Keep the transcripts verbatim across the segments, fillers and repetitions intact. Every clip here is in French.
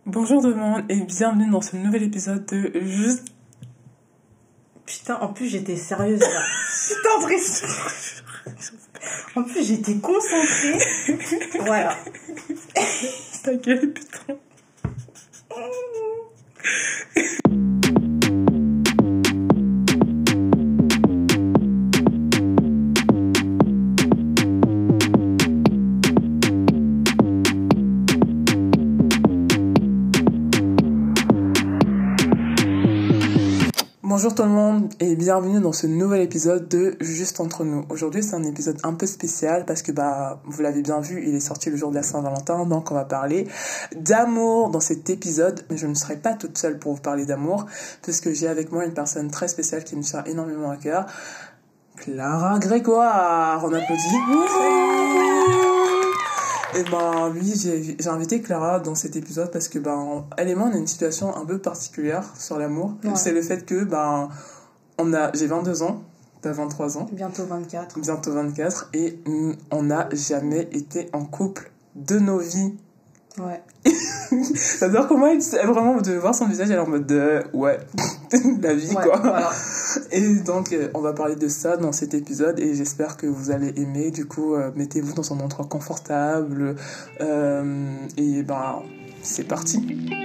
Bonjour tout le monde et bienvenue dans ce nouvel épisode de Juste... Putain, en plus j'étais sérieuse là. Putain, triste. En plus j'étais concentrée. Voilà. Ta gueule, putain. Bonjour tout le monde et bienvenue dans ce nouvel épisode de Juste entre nous. Aujourd'hui c'est un épisode un peu spécial parce que bah vous l'avez bien vu, il est sorti le jour de la Saint-Valentin, donc on va parler d'amour dans cet épisode. Mais je ne serai pas toute seule pour vous parler d'amour puisque j'ai avec moi une personne très spéciale qui me tient énormément à cœur, Clara Grégoire. On applaudit. Et ben oui, j'ai, j'ai invité Clara dans cet épisode parce que ben elle et moi on a une situation un peu particulière sur l'amour. Ouais. C'est le fait que ben on a j'ai vingt-deux ans, t'as vingt-trois ans. Bientôt vingt-quatre. Bientôt vingt-quatre et on n'a jamais été en couple de nos vies. Ouais. J'adore comment elle, elle vraiment de voir son visage, elle est en mode de ouais, la vie ouais, quoi. Voilà. Et donc on va parler de ça dans cet épisode et j'espère que vous allez aimer. Du coup, euh, mettez-vous dans un endroit confortable euh, et ben c'est parti.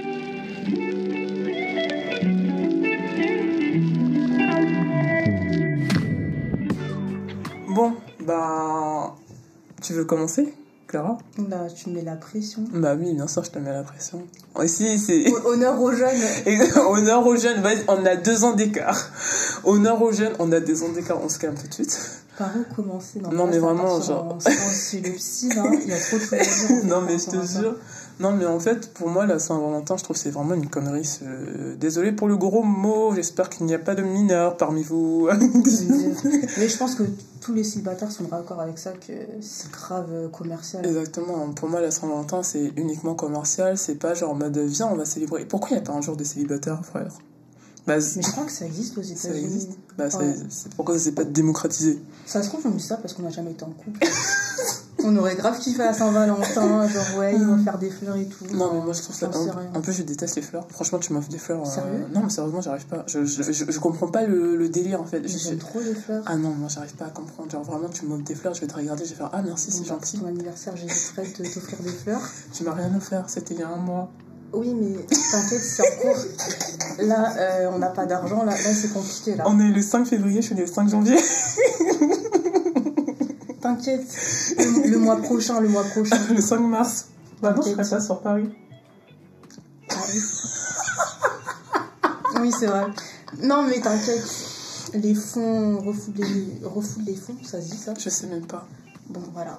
Bon, ben tu veux commencer? Clara? Là, tu mets la pression. Bah oui, bien sûr, je te mets la pression. Ici, c'est... Honneur aux jeunes. Honneur aux jeunes. Vas-y, on a deux ans d'écart. Honneur aux jeunes, on a deux ans d'écart. On se calme tout de suite. Par où commencer? Non, non mais vraiment, genre... C'est le psy, là. Il y a trop de choses à dire. Non, mais je te jure... Non, mais en fait, pour moi, la Saint-Valentin, je trouve que c'est vraiment une connerie. C'est... Désolée pour le gros mot. J'espère qu'il n'y a pas de mineurs parmi vous. Mais je pense que tous les célibataires sont d'accord avec ça, que c'est grave commercial. Exactement. Pour moi, la Saint-Valentin, c'est uniquement commercial. C'est pas genre en mode viens, on va célébrer. Pourquoi il n'y a pas un jour de célibataire, frère? Bah, mais je crois que ça existe aux États-Unis. Ça existe. Bah, ça ouais. existe. C'est pourquoi ça s'est pas démocratisé? Ça se trouve, on dit ça parce qu'on n'a jamais été en couple. On aurait grave kiffé à Saint-Valentin, genre ouais, ils vont faire des fleurs et tout. Non, mais moi je trouve ça. Un, un peu, je déteste les fleurs. Franchement, tu m'offres des fleurs. Sérieux? Euh... Non, mais sérieusement, j'arrive pas. Je, je, je, je comprends pas le, le délire en fait. J'aime trop les fleurs. Ah non, moi j'arrive pas à comprendre. Genre vraiment, tu m'offres des fleurs, je vais te regarder, je vais faire ah merci, c'est donc, gentil. Pour ton anniversaire, j'hésiterais de t'offrir des fleurs. Tu m'as rien offert, c'était il y a un mois. Oui, mais t'inquiète, c'est en cours. Là, euh, on n'a pas d'argent, là, là c'est compliqué. Là. On est le cinq février, je suis le cinq janvier. T'inquiète, le, le mois prochain, le mois prochain. Le cinq mars. Bah non, je ferai ça sur Paris. Ah oui. Oui, c'est vrai. Non, mais t'inquiète, les fonds, refoulent les, refoulent les fonds, ça se dit ça? Je sais même pas. Bon, voilà.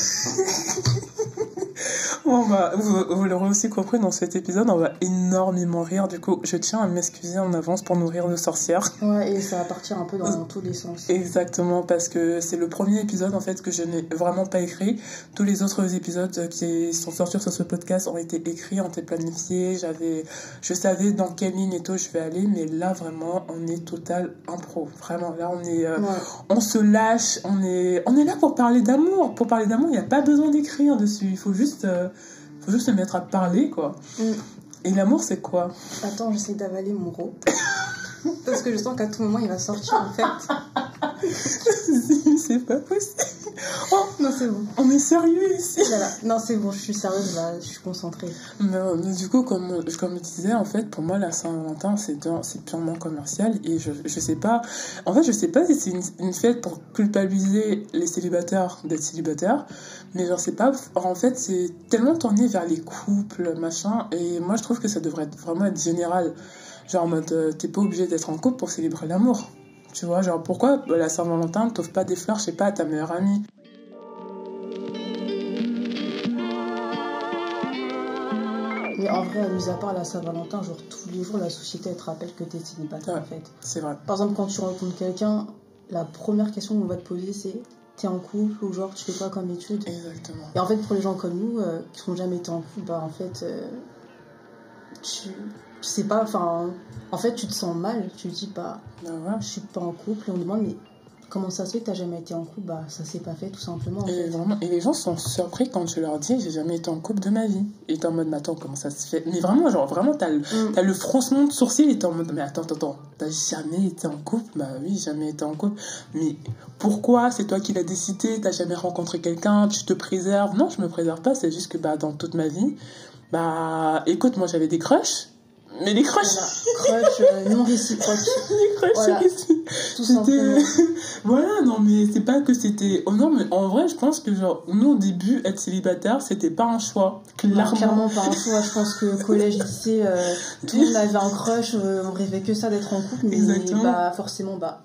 Bon, bah, vous, vous l'aurez aussi compris dans cet épisode, on va énormément rire. Du coup, je tiens à m'excuser en avance pour nous rire de sorcières. Ouais, et ça va partir un peu dans tous les sens. Exactement, parce que c'est le premier épisode en fait que je n'ai vraiment pas écrit. Tous les autres épisodes qui sont sortis sur ce podcast ont été écrits, ont été planifiés. J'avais, je savais dans quelle ligne et tout je vais aller, mais là vraiment, on est total impro. Vraiment, là on est, euh, ouais. on se lâche, on est, on est là pour parler d'amour. Pour parler d'amour, il n'y a pas besoin d'écrire dessus. Il faut juste, euh, faut juste se mettre à parler, quoi. Mm. Et l'amour, c'est quoi? Attends, j'essaie d'avaler mon rot. Parce que je sens qu'à tout moment, il va sortir, en fait. C'est pas possible. Oh, non, c'est bon. On est sérieux ici. Voilà. Non, c'est bon, je suis sérieuse, là, je suis concentrée. Mais, mais du coup, comme, comme je disais, en fait, pour moi, la Saint-Valentin, c'est, c'est purement commercial. Et je, je sais pas... En fait, je sais pas si c'est une, une fête pour culpabiliser les célibataires d'être célibataires. Mais genre, c'est pas... En fait, c'est tellement tourné vers les couples, machin. Et moi, je trouve que ça devrait être, vraiment être général. Genre, en mode, euh, t'es pas obligé d'être en couple pour célébrer l'amour. Tu vois, genre, pourquoi la Saint-Valentin t'offre pas des fleurs, je sais pas, à ta meilleure amie? Mais en vrai, mis à part la Saint-Valentin, genre, tous les jours, la société, elle te rappelle que t'es célibataire, ouais, en fait. C'est vrai. Par exemple, quand tu rencontres quelqu'un, la première question qu'on va te poser, c'est t'es en couple ou genre, tu fais quoi comme étude? Exactement. Et en fait, pour les gens comme nous, euh, qui n'ont jamais été en couple, bah, en fait, euh, tu... je sais pas, enfin, en fait, tu te sens mal, tu te dis, bah, bah ouais. je suis pas en couple, et on demande, mais comment ça se fait que t'as jamais été en couple? Bah, ça s'est pas fait, tout simplement. En Et, fait. vraiment, et les gens sont surpris quand je leur dis j'ai jamais été en couple de ma vie. Et t'es en mode mais attends, comment ça se fait? Mais vraiment, genre vraiment, t'as le, Mm. t'as le froncement de sourcil et t'es en mode mais attends, attends, attends, t'as jamais été en couple? Bah oui, jamais été en couple. Mais pourquoi? C'est toi qui l'as décidé, t'as jamais rencontré quelqu'un, tu te préserves? Non, je me préserve pas, c'est juste que bah dans toute ma vie, bah écoute, moi j'avais des crushs. Mais les crushs, Voilà. Crush euh, non réciproque. les crushs, Voilà. c'est- Tout c'était simplement. voilà, non mais c'est pas que c'était oh non, mais en vrai je pense que genre nous au début être célibataire c'était pas un choix, Non, clairement. clairement pas un choix. Je pense que collège, lycée, euh, tout le monde avait un crush, euh, on rêvait que ça d'être en couple, mais Exactement. bah forcément bah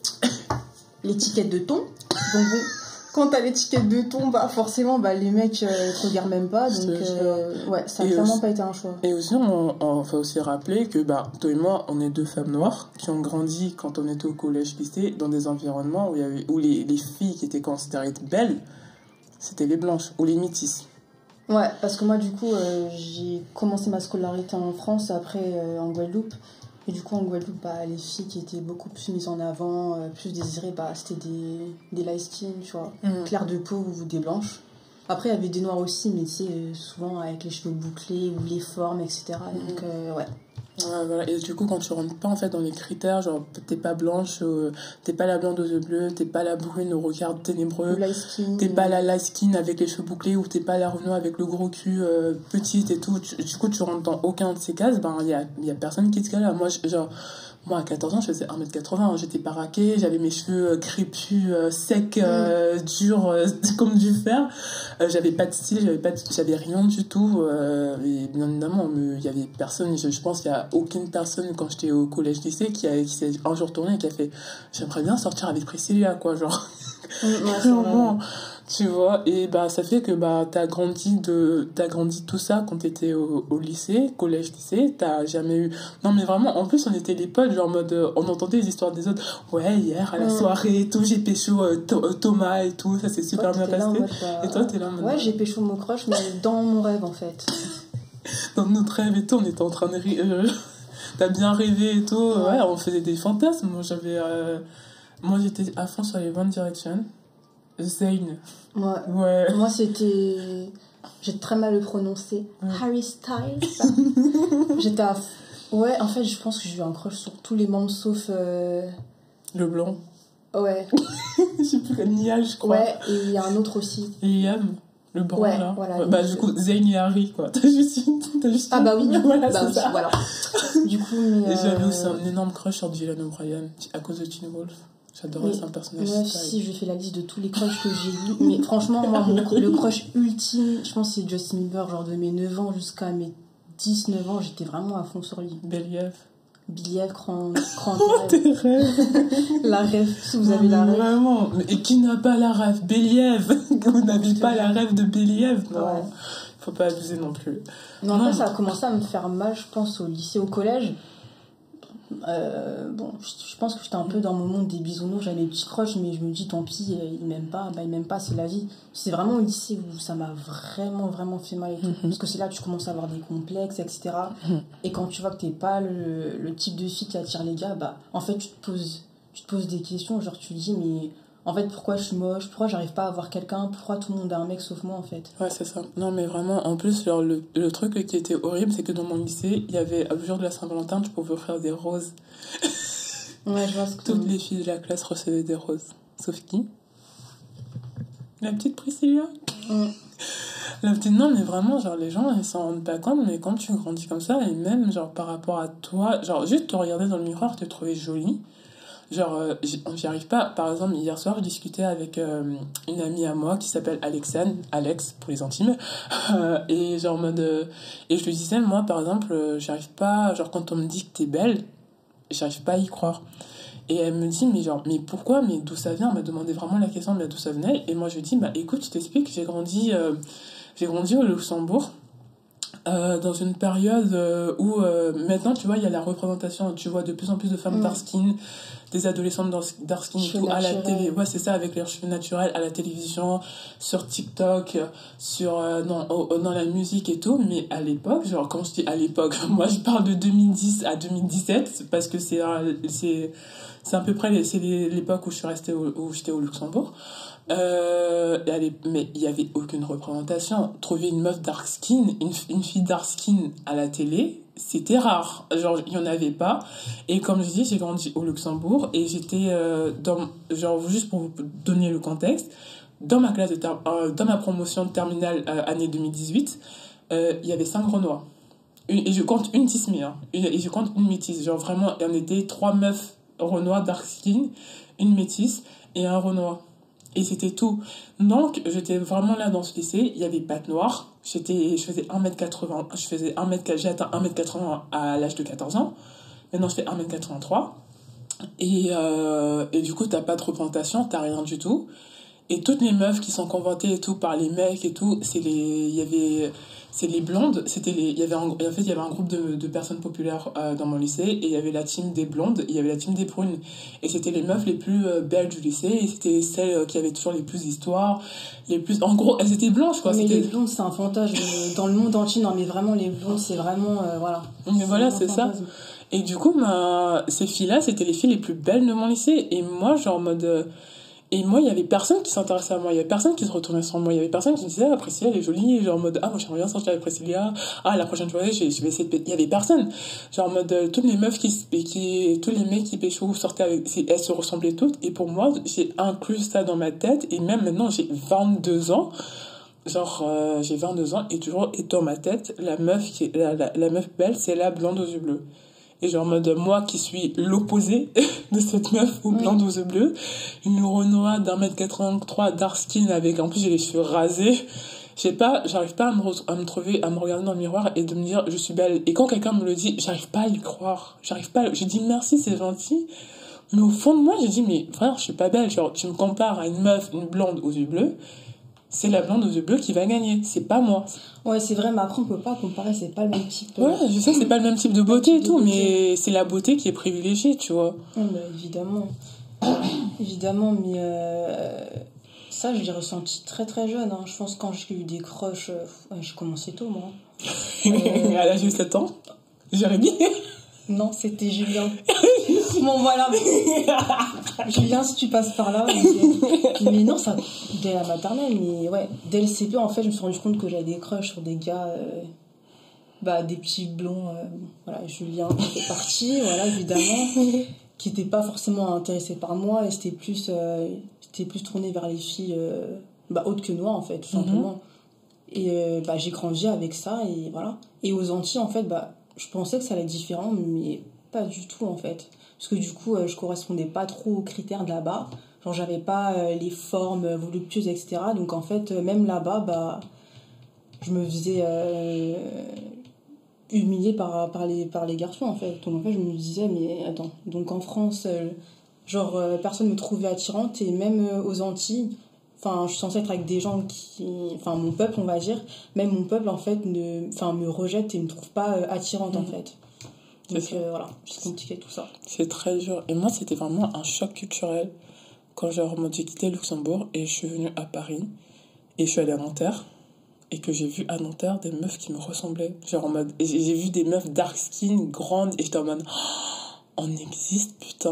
l'étiquette de ton. Donc bon, quand t'as l'étiquette de ton, bah forcément bah les mecs euh, te regardent même pas. Je Donc te jure. euh, ouais, ça a Et clairement aussi- pas été un choix. Et aussi on, on va aussi rappeler que bah toi et moi on est deux femmes noires qui ont grandi quand on était au collège lycée dans des environnements où il y avait où les, les filles qui étaient considérées belles c'était les blanches ou les métisses. Ouais, parce que moi du coup euh, j'ai commencé ma scolarité en France, après euh, en Guadeloupe. Et du coup en Guadeloupe, bah, les filles qui étaient beaucoup plus mises en avant, euh, plus désirées, bah, c'était des, des light skin, tu vois, Mm. claires de peau ou des blanches. Après il y avait des noirs aussi, mais tu sais, euh, souvent avec les cheveux bouclés ou les formes, et cetera. Mm. Donc euh, ouais. Ouais, voilà. Et du coup, quand tu rentres pas en fait dans les critères, genre t'es pas blanche, euh, t'es pas la blonde aux yeux bleus, t'es pas la brune au regard ténébreux, Ou light skin. t'es pas la light skin avec les cheveux bouclés ou t'es pas la revenue avec le gros cul euh, petite et tout. Tu- du coup, tu rentres dans aucun de ces cases, ben il y a, y a personne qui te cale là. Moi, je- genre, moi à quatorze ans, je faisais un mètre quatre-vingts, hein. J'étais pas raquée, j'avais mes cheveux euh, crépus, euh, secs, euh, durs, euh, comme du fer. Euh, j'avais pas de style, j'avais pas de- j'avais rien du tout. Euh, et bien évidemment, il y avait personne, je, je pense qu'il y a aucune personne quand j'étais au collège lycée qui, a, qui s'est un jour tourné et qui a fait j'aimerais bien sortir avec Priscilla, quoi, genre. Mm, ouais, c'est vrai. Vraiment, tu vois. Et bah ça fait que bah t'as grandi de t'as grandi tout ça quand t'étais au, au lycée, collège lycée, t'as jamais eu non mais vraiment en plus on était les potes genre en mode euh, on entendait les histoires des autres, ouais hier à la Mm. soirée et tout j'ai pécho euh, Tho- euh, Thomas et tout, ça s'est super Toi, bien t'étais là en passé. mode, bah, Et toi t'es là en mode ouais, j'ai pécho mon crush, mais dans mon rêve en fait. dans notre rêve et tout, on était en train de rire. Euh, t'as bien rêvé et tout. Ouais, Ouais. on faisait des fantasmes. Moi, j'avais. euh, Moi, j'étais à fond sur les One Direction. Zayn. Ouais. Ouais. Moi, c'était. J'ai très mal le prononcer. Ouais. Harry Styles. J'étais à. Ouais, en fait, je pense que j'ai eu un crush sur tous les membres sauf. euh, Le blanc. Ouais. Je sais plus, Niall, je crois. Ouais, et il y a un autre aussi. Et Liam. Le brun, Ouais, là. voilà, Ouais, bah, les du deux. coup, Zayn et Harry, quoi. T'as juste. T'as juste... Ah bah oui, voilà, bah c'est oui, ça. voilà. Du coup, mais. Et j'avais euh, aussi un énorme crush sur Dylan O'Brien à cause de Teen Wolf. J'adorais, Mais, c'est un personnage meuf, style. si je fais la liste de tous les crushs que j'ai vus, mais franchement, moi, mon, le crush ultime, je pense que c'est Justin Bieber, genre de mes neuf ans jusqu'à mes dix neuf ans, j'étais vraiment à fond sur lui. Believ. Billy F, Cran, Cran Oh, tes rêves. la rêve, si vous Non, avez la mais rêve. Vraiment. Et qui n'a pas la rêve? Believ. Vous n'avez Je te pas la jure. rêve de Believ. Non. Ouais. Faut pas abuser non plus. Non, Non. après, ça a commencé à me faire mal, je pense, au lycée, au collège. Euh, bon, je, je pense que j'étais un peu dans mon monde des bisounours, j'avais des petits crushs, mais je me dis, tant pis, euh, ils m'aiment pas, bah ils m'aiment pas, c'est la vie. C'est vraiment au lycée où ça m'a vraiment, vraiment fait mal et tout. Mhm. Parce que c'est là que tu commences à avoir des complexes, et cetera. Mhm. Et quand tu vois que t'es pas le, le type de fille qui attire les gars, bah, en fait, tu te poses, tu te poses des questions, genre, tu te dis, mais en fait, pourquoi je suis moche? Pourquoi j'arrive pas à avoir quelqu'un? Pourquoi tout le monde a un mec sauf moi, en fait? Ouais, c'est ça. Non, mais vraiment, en plus, genre, le, le truc qui était horrible, c'est que dans mon lycée, il y avait, le jour de la Saint-Valentin, tu pouvais offrir des roses. Ouais, je vois ce que Toutes les filles de la classe recevaient des roses. Sauf qui? La petite Priscilla. Mm. La petite, non, mais vraiment, genre, les gens, ils s'en rendent pas compte, mais quand tu grandis comme ça, et même, genre, par rapport à toi, genre, juste te regarder dans le miroir, te trouver jolie. Genre, euh, j'y j'y arrive pas. Par exemple, hier soir, je discutais avec euh, une amie à moi qui s'appelle Alexane, Alex pour les intimes. Euh, et genre, en mode. euh, et je lui disais, moi, par exemple, euh, j'arrive pas. Genre, quand on me dit que t'es belle, j'arrive pas à y croire. Et elle me dit, mais genre, mais pourquoi? Mais d'où ça vient? Elle m'a demandé vraiment la question, mais d'où ça venait. Et moi, je lui dis, bah écoute, je t'explique, j'ai grandi, euh, j'ai grandi au Luxembourg. euh, dans une période euh, où euh, maintenant tu vois il y a la représentation, tu vois de plus en plus de femmes mmh. dark skin, des adolescentes dark skin et tout, à la télé, ouais c'est ça, avec leurs cheveux naturels, à la télévision, sur TikTok, sur euh, dans, oh, dans la musique et tout. Mais à l'époque, genre quand je dis à l'époque, moi je parle de deux mille dix à deux mille dix-sept parce que c'est c'est c'est à peu près c'est l'époque où je suis restée au, où j'étais au Luxembourg. Euh, mais il y avait aucune représentation. Trouver une meuf dark skin, une, une fille dark skin à la télé, c'était rare. Genre il y en avait pas. Et comme je dis, j'ai grandi au Luxembourg et j'étais euh, dans, genre juste pour vous donner le contexte, dans ma classe de ter- euh, dans ma promotion de terminale euh, année deux mille dix-huit, euh, il y avait cinq Renois. Une, et je compte une tismée, hein, une, et je compte une métisse. Genre vraiment, il y en était trois meufs Renois dark skin, une métisse et un Renois. Et c'était tout. Donc, j'étais vraiment là dans ce lycée. Il n'y avait pas de noir. J'étais, je faisais un mètre quatre-vingts. Je faisais un mètre, j'ai atteint un mètre quatre-vingts à l'âge de quatorze ans. Maintenant, je fais un mètre quatre-vingt-trois. Et, euh, et du coup, t'as pas de représentation, t'as rien du tout. Et toutes les meufs qui sont convaincées et tout par les mecs et tout, c'est les, il y avait, c'est les blondes, c'était les, il y avait un, en fait, il y avait un groupe de, de personnes populaires euh, dans mon lycée, et il y avait la team des blondes, et il y avait la team des brunes. Et c'était les meufs les plus euh, belles du lycée, et c'était celles qui avaient toujours les plus d'histoires, les plus, en gros, elles étaient blanches, quoi. Mais c'était... les blondes, c'est un fantasme dans le monde entier. Non, mais vraiment, les blondes, c'est vraiment, euh, voilà. Mais c'est voilà, c'est ça. Et du coup, ma, ces filles-là, c'était les filles les plus belles de mon lycée, et moi, genre, en mode, euh, et moi, il y avait personne qui s'intéressait à moi, il y avait personne qui se retournait sur moi, il y avait personne qui me disait ah, Priscilla elle est jolie, genre en mode ah moi j'aimerais bien sortir avec Priscilla, ah la prochaine journée je vais essayer de péter. Il y avait personne, genre en mode euh, toutes les meufs qui, qui tous les mecs qui pécho sortaient avec, elles se ressemblaient toutes, et pour moi j'ai inclus ça dans ma tête, et même maintenant j'ai vingt-deux ans, genre euh, j'ai vingt-deux ans, et toujours et dans ma tête la meuf qui est, la, la, la meuf belle c'est la blonde aux yeux bleus. Et genre en mode moi qui suis l'opposé de cette meuf aux blondes aux yeux bleus, une Renoir d'un mètre quatre-vingt-trois dark skin avec en plus j'ai les cheveux rasés, je sais pas, j'arrive pas à me, re- à me trouver, à me regarder dans le miroir et de me dire je suis belle. Et quand quelqu'un me le dit, j'arrive pas à y croire, j'arrive pas à... je dis merci c'est gentil, mais au fond de moi je dis mais frère je suis pas belle, genre tu me compares à une meuf, une blonde aux yeux bleus, c'est la blonde aux yeux bleus qui va gagner, c'est pas moi. Ouais, c'est vrai, mais après, on peut pas comparer, c'est pas le même type. Ouais, je sais, c'est pas le même type de beauté et tout, mais c'est la beauté qui est privilégiée, tu vois. Ouais, bah, évidemment. Évidemment, mais euh, ça, je l'ai ressenti très très jeune. Hein. Je pense que quand j'ai eu des crushs, euh, ouais, j'ai commencé tôt, moi. Euh... à l'âge de sept ans, Jérémy. Non, c'était Julien. Bon, voilà. Julien, si tu passes par là. Mais, mais non, ça, dès la maternelle, mais ouais, dès le C P, en fait, je me suis rendu compte que j'avais des crushs sur des gars, euh, bah, des petits blonds. Euh, voilà, Julien fait partie, voilà, évidemment, qui n'était pas forcément intéressé par moi, et c'était plus, euh, c'était plus tourné vers les filles euh, bah, autres que moi, en fait, tout simplement. Mm-hmm. Et euh, bah, j'ai grandi avec ça, et voilà. Et aux Antilles, en fait, bah, je pensais que ça allait être différent, mais pas du tout en fait. Parce que du coup, euh, je correspondais pas trop aux critères de là-bas. Genre, j'avais pas euh, les formes voluptueuses, et cetera. Donc en fait, euh, même là-bas, bah, je me faisais euh, humilier par, par, les, par les garçons en fait. Donc en fait, je me disais, mais attends, donc en France, euh, genre, euh, personne me trouvait attirante, et même euh, aux Antilles, enfin, je suis censée être avec des gens qui... Enfin, mon peuple, on va dire. Même mon peuple, en fait, ne, enfin, me rejette et me trouve pas euh, attirante, mmh. en fait. Donc, euh, voilà, c'est compliqué tout ça. C'est très dur. Et moi, c'était vraiment un choc culturel quand j'ai quitté Luxembourg et je suis venue à Paris. Et je suis allée à Nanterre. Et que j'ai vu à Nanterre des meufs qui me ressemblaient. Genre en mode... J'ai, j'ai vu des meufs dark skin, grandes. Et j'étais en mode... On existe, putain.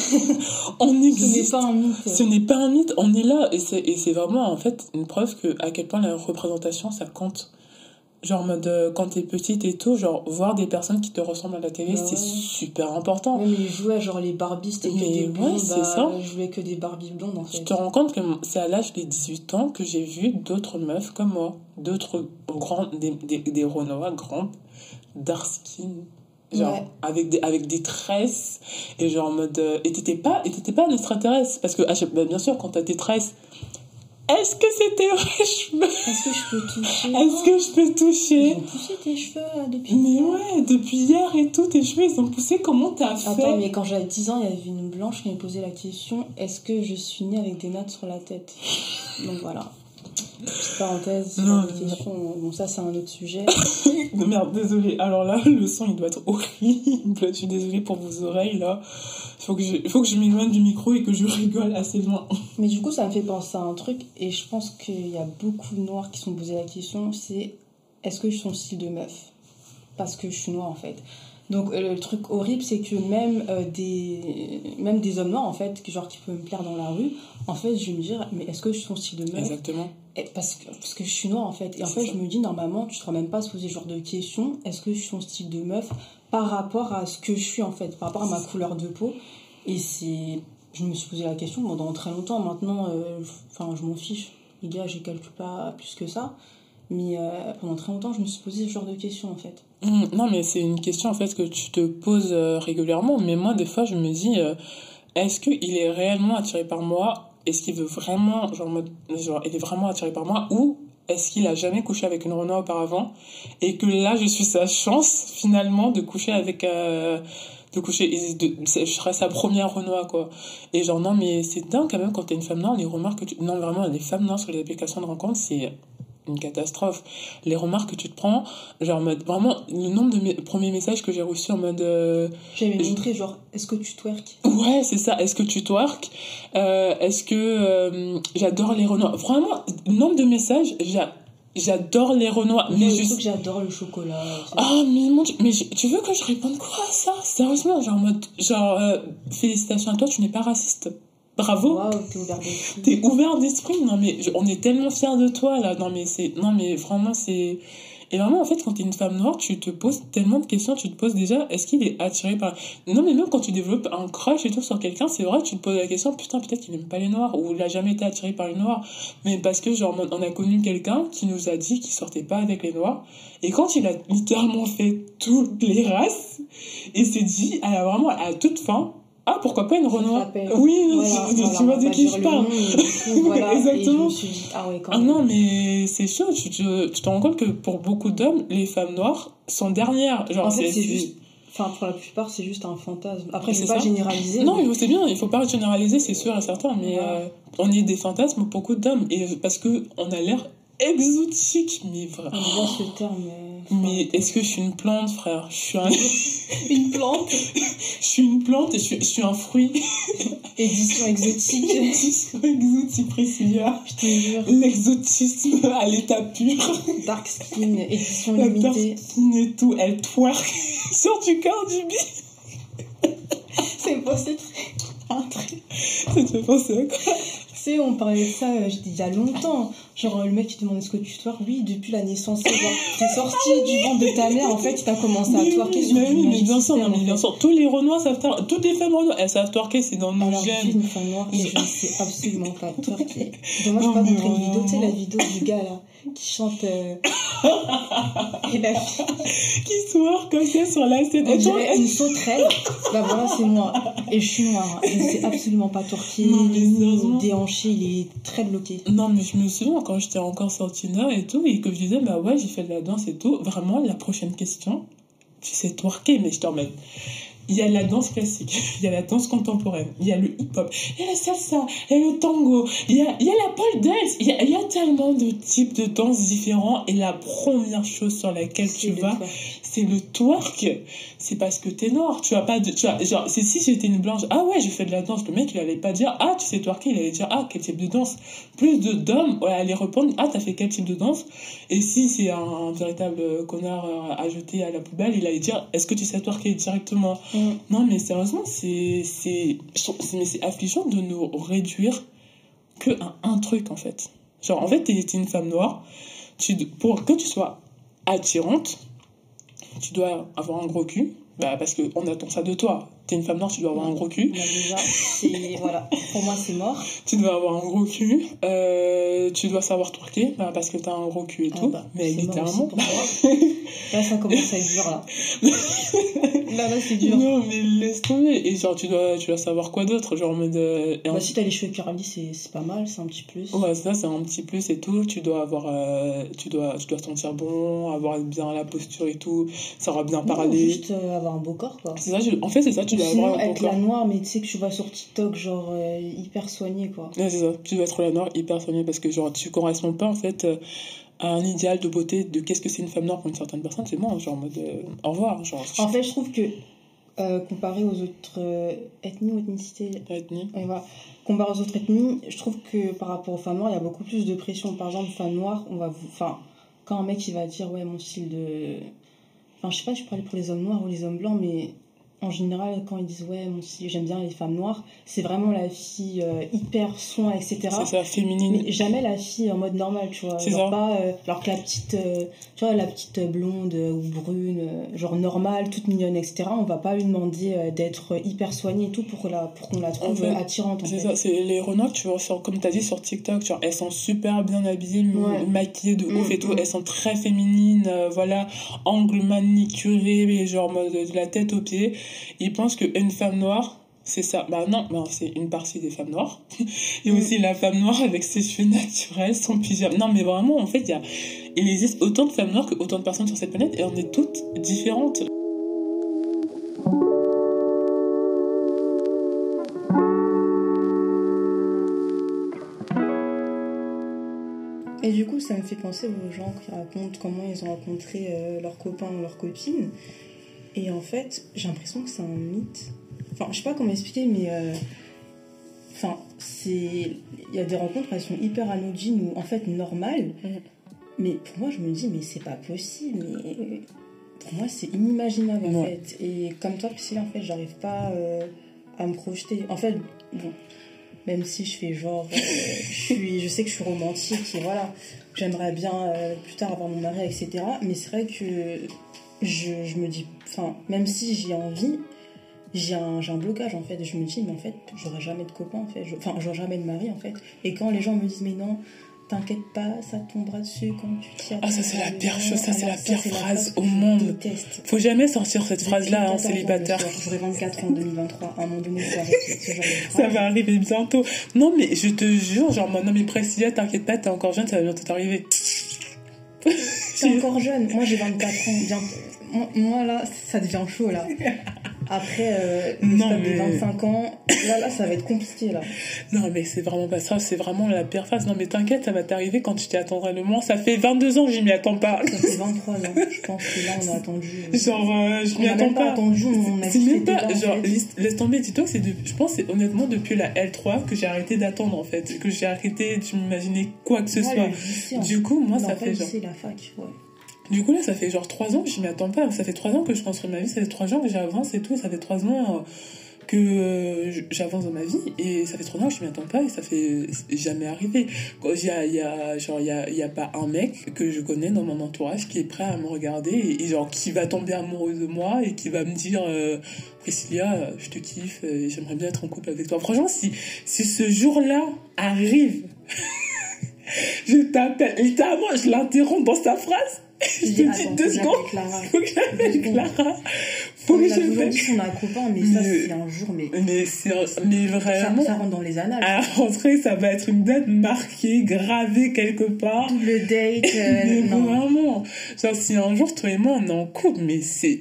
On existe. Ce n'est pas un mythe. Ce n'est pas un mythe. On est là. Et c'est, et c'est vraiment, en fait, une preuve que, à quel point la représentation, ça compte. Genre, en mode, euh, quand t'es petite et tout, genre, voir des personnes qui te ressemblent à la télé, ouais. C'est super important. Même les jouets, genre les Barbies, c'était que des blondes. Ouais, c'est bah, ça. Je jouais que des Barbies blondes, en fait. Tu te rends compte que c'est à l'âge de dix-huit ans que j'ai vu d'autres meufs comme moi. D'autres grands, des, des, des Renois grandes, dark skin. Genre, ouais. avec, des, avec des tresses, et genre en mode. Euh, et t'étais pas, et t'étais pas un extraterrestre, parce que, ah, bah, bien sûr, quand t'as tes tresses, est-ce que c'était vrai, cheveux? Est-ce que je peux toucher? Est-ce que je peux toucher? Ils ont poussé tes cheveux euh, depuis mais hier. Mais ouais, depuis hier et tout, tes cheveux, ils ont poussé, comment t'as fait? Attends, mais quand j'avais dix ans, il y avait une blanche qui m'avait posé la question, est-ce que je suis née avec des nattes sur la tête? Donc voilà. Petite parenthèse Non, sur les questions. Bon, ça, c'est un autre sujet. Merde, désolée. Alors là, le son, il doit être horrible. Je suis désolée pour vos oreilles, là. Il faut que je, faut que je m'éloigne du micro et que je rigole assez loin. Mais du coup, ça me fait penser à un truc. Et je pense qu'il y a beaucoup de noirs qui se sont posés la question. C'est, est-ce que je suis son style de meuf? Parce que je suis noire, en fait. Donc, euh, le truc horrible, c'est que même, euh, des, même des hommes noirs, en fait, genre, qui peuvent me plaire dans la rue, en fait, je vais me dire, mais est-ce que je suis son style de meuf? Exactement. Et parce, que, parce que je suis noire, en fait. Et en C'est fait, ça. je me dis, normalement, tu ne seras même pas à se poser ce genre de questions. Est-ce que je suis son style de meuf par rapport à ce que je suis, en fait, par rapport à ma couleur de peau? Et c'est... Je me suis posé la question pendant très longtemps. Maintenant, euh, enfin, je m'en fiche. Les gars, je calcule pas plus que ça. Mais euh, pendant très longtemps, je me suis posé ce genre de questions, en fait. Mmh, non, mais c'est une question, en fait, que tu te poses euh, régulièrement. Mais moi, des fois, je me dis, euh, est-ce qu'il est réellement attiré par moi? Est-ce qu'il veut vraiment, genre, mode- genre, il est vraiment attiré par moi? Ou est-ce qu'il a jamais couché avec une Renoir auparavant? Et que là, je suis sa chance, finalement, de coucher avec... Euh, de coucher... De, je serais sa première Renoir, quoi. Et genre, non, mais c'est dingue, quand même, quand t'es une femme noire, les remarques que tu... Non, vraiment, les femmes noires sur les applications de rencontres, c'est... une catastrophe. Les remarques que tu te prends, genre en mode, vraiment, le nombre de mes premiers messages que j'ai reçus en mode... Euh, J'avais je- montré, genre, est-ce que tu twerk? ouais, c'est ça, est-ce que tu twerk? Euh, est-ce que euh, j'adore les Renois? Vraiment, le nombre de messages, j'a- j'adore les Renois. Mais Mais le je... truc, j'adore le chocolat. tu sais. Ah, mais mon Dieu, mais je- tu veux que je réponde quoi à ça? Sérieusement, genre en mode, genre, euh, félicitations à toi, tu n'es pas raciste. Bravo. Waouh, t'es ouvert d'esprit. T'es ouvert d'esprit, non mais je- on est tellement fiers de toi là, non mais c'est, non mais vraiment c'est, et vraiment en fait quand t'es une femme noire tu te poses tellement de questions, tu te poses déjà est-ce qu'il est attiré par, non mais même quand tu développes un crush et tout sur quelqu'un c'est vrai tu te poses la question putain peut-être qu'il aime pas les noirs ou il a jamais été attiré par les noirs, mais parce que genre on a connu quelqu'un qui nous a dit qu'il sortait pas avec les noirs et quand il a littéralement fait toutes les races et s'est dit à la, vraiment à toute fin ah, pourquoi pas une Ça Renoir? s'appelle- Oui, Voilà, tu, voilà, tu on vois va de pas qui dire je le parle. nom, mais du coup, voilà. Et je Exactement. me suis dit, ah ouais, quand Ah même. non, mais c'est chaud. Tu te, tu te rends compte que pour beaucoup d'hommes, les femmes noires sont dernières. Genre, En fait, c'est juste... Enfin, pour la plupart, c'est juste un fantasme. Après, je C'est ne vais pas ça. généraliser. Non, mais- mais c'est bien, il faut pas généraliser, c'est sûr et certain, mais Voilà. euh, on est des fantasmes pour beaucoup d'hommes. Et parce que on a l'air exotique, mais On vraiment. voit ce terme. euh, Mais est-ce que je suis une plante, frère? Je suis un... Une plante. je suis une plante et je suis, je suis un fruit. Édition exotique. Édition exotique, Priscilla. Je te jure. L'exotisme à l'état pur. Dark Skin, édition La limitée. personne et tout, elle twerk sur du Cardi B. C'est pas c'est un truc. Ça te fait penser à quoi? Tu sais, on parlait de ça euh, j'étais il y a longtemps. Genre, le mec, il te demande est-ce que tu twerk? Oui, depuis la naissance. C'est genre, t'es sorti du ventre de ta mère, en fait, t'as commencé à Mais twerker oui, sur mais du oui, mais Magic bien sûr, System, non, mais en bien fait. sûr, tous les Renois savent twerker, toutes les femmes Renois, elles savent twerker, c'est dans nos Alors, je suis gènes. une femme noire et je ne sais absolument pas twerker. Dommage, Non, pas mais montrer une vidéo, tu sais, la vraiment. vidéo du gars, là, qui chante... euh, et la fille, Qui twerk comme ça sur la scène. on Et toi, dirait une sauterelle. Bah voilà, c'est moi. Et je suis noire. Je ne sais absolument pas twerker. Non, mais sérieusement. Déhanché, il est très bloqué. Non, mais je me souviens quand j'étais encore sur Tinder et tout, et que je disais, bah ouais, j'ai fait de la danse et tout. Vraiment, la prochaine question, tu sais twerker, mais je te remets. Il y a la danse classique, il y a la danse contemporaine, il y a le hip-hop, il y a la salsa, il y a le tango, il y a, il y a la pole dance, il y a, il y a tellement de types de danses différents. Et la première chose sur laquelle C'est tu le vas, twerk. c'est le twerk. C'est parce que t'es noir. Tu as pas de, tu as, genre, c'est si j'étais une blanche, ah ouais, je fais de la danse. Le mec, il allait pas dire, ah, tu sais twerker, il allait dire, ah, quel type de danse. Plus de d'hommes ouais, allaient répondre, ah, t'as fait quel type de danse. Et si c'est un, un véritable connard euh, à jeter à la poubelle, il allait dire, est-ce que tu sais twerker directement? Mm. Non, mais sérieusement, c'est, c'est, je trouve- c'est, mais c'est affligeant de nous réduire que à un truc, en fait. Genre, en fait, t'es, t'es une femme noire, tu, pour que tu sois attirante, tu dois avoir un gros cul, bah, parce qu'on attend ça de toi. T'es une femme noire, tu dois avoir un gros cul. Bah, déjà, c'est... Voilà. Pour moi, c'est mort. Tu dois avoir un gros cul. Euh, tu dois savoir twerker, bah, parce que t'as un gros cul et Ah tout. bah, mais c'est mort littéralement. aussi pour moi. Là, ça commence à être dur, là. Là, là, c'est dur. Non, mais laisse tomber. Et genre, tu dois, tu dois savoir quoi d'autre. Genre, en mode. Euh, et en- Bah, si t'as les cheveux curly, c'est, c'est pas mal, c'est un petit plus. Ouais, ça, c'est un petit plus et tout. Tu dois avoir. Euh, tu, dois, tu dois sentir bon, avoir bien la posture et tout. Savoir bien Non, parler. juste euh, avoir avoir un beau corps, quoi. C'est ça, je... en fait, c'est ça, tu dois Sinon, avoir un beau être corps. la noire, mais tu sais que tu vas sur TikTok, genre, euh, hyper soignée, quoi. Ouais, c'est ça, tu dois être la noire hyper soignée parce que, genre, tu corresponds pas, en fait, euh, à un idéal de beauté de qu'est-ce que c'est une femme noire pour une certaine personne, c'est bon, genre, en mode, euh, au revoir, genre. En fait, je trouve que, euh, comparé aux autres euh, ethnies ou ethnicités, Ethnie. ouais, voilà. Comparé aux autres ethnies, je trouve que par rapport aux femmes noires, il y a beaucoup plus de pression. Par exemple, femme noire, on va vous... Enfin, quand un mec, il va dire, ouais, mon style de... Enfin, je sais pas, je parlais pour les hommes noirs ou les hommes blancs, mais en général, quand ils disent, ouais, mon style, j'aime bien les femmes noires, c'est vraiment la fille euh, hyper soin, et cetera. C'est ça, féminine. Mais jamais la fille en mode normal, tu vois. C'est Genre ça. pas, euh, alors que la petite, euh, tu vois, la petite blonde euh, ou brune, euh, genre normale, toute mignonne, et cetera, on va pas lui demander euh, d'être hyper soignée et tout pour, la, pour qu'on la trouve En fait, euh, attirante. En c'est fait. ça, c'est les renois, tu vois, sur, comme tu as dit sur TikTok, genre, elles sont super bien habillées, Ouais. maquillées de ouf Mmh, et tout, mmh. elles sont très féminines, euh, voilà, angle manicuré, mais genre mode de la tête aux pieds. Ils pensent qu'une femme noire, c'est ça. Bah non, bah, c'est une partie des femmes noires. Il y a aussi la femme noire avec ses cheveux naturels, son pyjama. Non, mais vraiment, en fait, il y a, il existe autant de femmes noires que autant de personnes sur cette planète et on est toutes différentes. Et du coup, ça me fait penser aux gens qui racontent comment ils ont rencontré euh, leurs copains ou leurs copines. Et en fait, j'ai l'impression que c'est un mythe. Enfin, je sais pas comment expliquer, mais... euh, Enfin, c'est... Il y a des rencontres, elles sont hyper anodines ou en fait normales. Mm. Mais pour moi, je me dis, mais c'est pas possible. Mais pour moi, c'est inimaginable en Ouais. fait. Et comme toi, Priscilla, en fait, j'arrive pas euh, à me projeter. En fait, bon... Même si je fais genre, euh, je, suis, je sais que je suis romantique et voilà, j'aimerais bien euh, plus tard avoir mon mari, et cetera. Mais c'est vrai que je, je me dis, enfin, même si j'ai envie, j'ai un, j'ai un blocage en fait. Et je me dis, mais en fait, j'aurai jamais de copain en fait. Je- Enfin, j'aurai jamais de mari en fait. Et quand les gens me disent, mais non, t'inquiète pas, ça te tombera dessus quand tu t'y Ah, ça, c'est la attendras pire bien. chose, ça, c'est Alors, la pire c'est phrase que au je monde. déteste. Faut jamais sortir cette phrase-là, hein, Depuis quatorze ans, célibataire. le soir. J'aurai vingt-quatre ans en deux mille vingt-trois. À un moment donné, il faut arrêter ce genre de Ça phrase. va arriver bientôt. Non, mais je te jure, genre, non, mais Priscilla, t'inquiète pas, t'es encore jeune, ça va bientôt t'arriver. T'es encore jeune. Moi, j'ai vingt-quatre ans. Bien... Moi, moi, là, ça devient chaud, là. Après, euh, Non, l'espace de mais- vingt-cinq ans, là, là, ça va être compliqué, là. Non, mais c'est vraiment pas ça, c'est vraiment la pire phase. Non, mais t'inquiète, ça va t'arriver quand tu t'y attendras le moins. Ça fait vingt-deux ans que je m'y attends pas. Ça fait vingt-trois ans. Je pense que là, on a attendu... Genre, euh, je on m'y n'a attends même pas pas. attendu, on a C'est juste même été pas, là, en genre, fait. laisse, laisse tomber, dis-toi que c'est, de, je pense, que c'est honnêtement depuis la L trois que j'ai arrêté d'attendre, en fait. Que j'ai arrêté de m'imaginer quoi que ce Ouais, soit. le lycée, en Du coup, moi, fait. ça Non, pas fait le genre. lycée, la fac, ouais. Du coup, là, ça fait genre trois ans que je m'y attends pas. Ça fait trois ans que je construis ma vie, ça fait trois ans que j'avance et tout. Ça fait trois ans euh, que euh, j'avance dans ma vie et ça fait trois ans que je m'y attends pas et ça fait jamais arrivé. Il y a, il y a, genre, il y a, il y a pas un mec que je connais dans mon entourage qui est prêt à me regarder et, et genre qui va tomber amoureux de moi et qui va me dire euh, Priscilla, je te kiffe et j'aimerais bien être en couple avec toi. Franchement, si, si ce jour-là arrive, je t'appelle, littéralement, je l'interromps dans sa phrase. Je Je te dis, dis attends, deux faut que secondes. j'appelle Clara. Faut que j'appelle Deux secondes. Clara. Faut On que a toujours j'appelle. dit qu'on a un copain, mais ça, Mais- c'est un jour, mais... Mais c'est, un- mais Ça, vraiment, ça rentre dans les annales. à la rentrée, ça va être une date marquée, gravée quelque part. Double date, euh, Mais non. vraiment, genre si un jour toi et moi on est en couple, mais c'est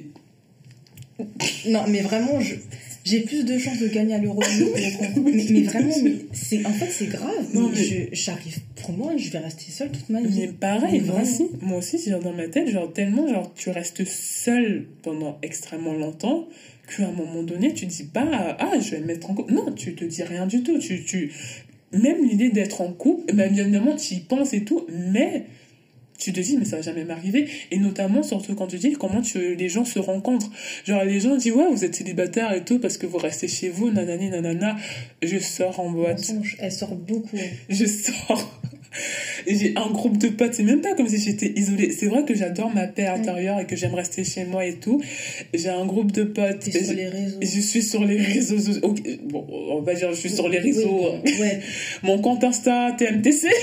Non, mais vraiment, je... j'ai plus de chances de gagner à l'euro. mais, mais vraiment, mais c'est... en fait, c'est grave. Non, mais mais- je... j'arrive... Pour moi, je vais rester seule toute ma vie. Mais pareil, Mais moi vraiment. aussi, moi aussi, genre dans ma tête, genre tellement, genre tu restes seul pendant extrêmement longtemps qu'à un moment donné, tu dis pas, ah, je vais me mettre en couple. Non, tu te dis rien du tout. Tu, tu... Même l'idée d'être en couple, eh ben, bien évidemment, tu y penses et tout, mais tu te dis, mais ça va jamais m'arriver. Et notamment, surtout quand tu dis comment tu, les gens se rencontrent. Genre, les gens disent, ouais, vous êtes célibataire et tout parce que vous restez chez vous, nanani, nanana. Je sors en boîte. Mensonge. Elle sort beaucoup. Je sors. Et j'ai un groupe de potes. C'est même pas comme si j'étais isolée. C'est vrai que j'adore ma paix intérieure et que j'aime rester chez moi et tout. J'ai un groupe de potes. T'es Et sur je- les réseaux. et je suis sur les réseaux. so- ok, bon, on va dire, je suis sur les réseaux. Oui, ouais. Mon compte Insta, T M T C.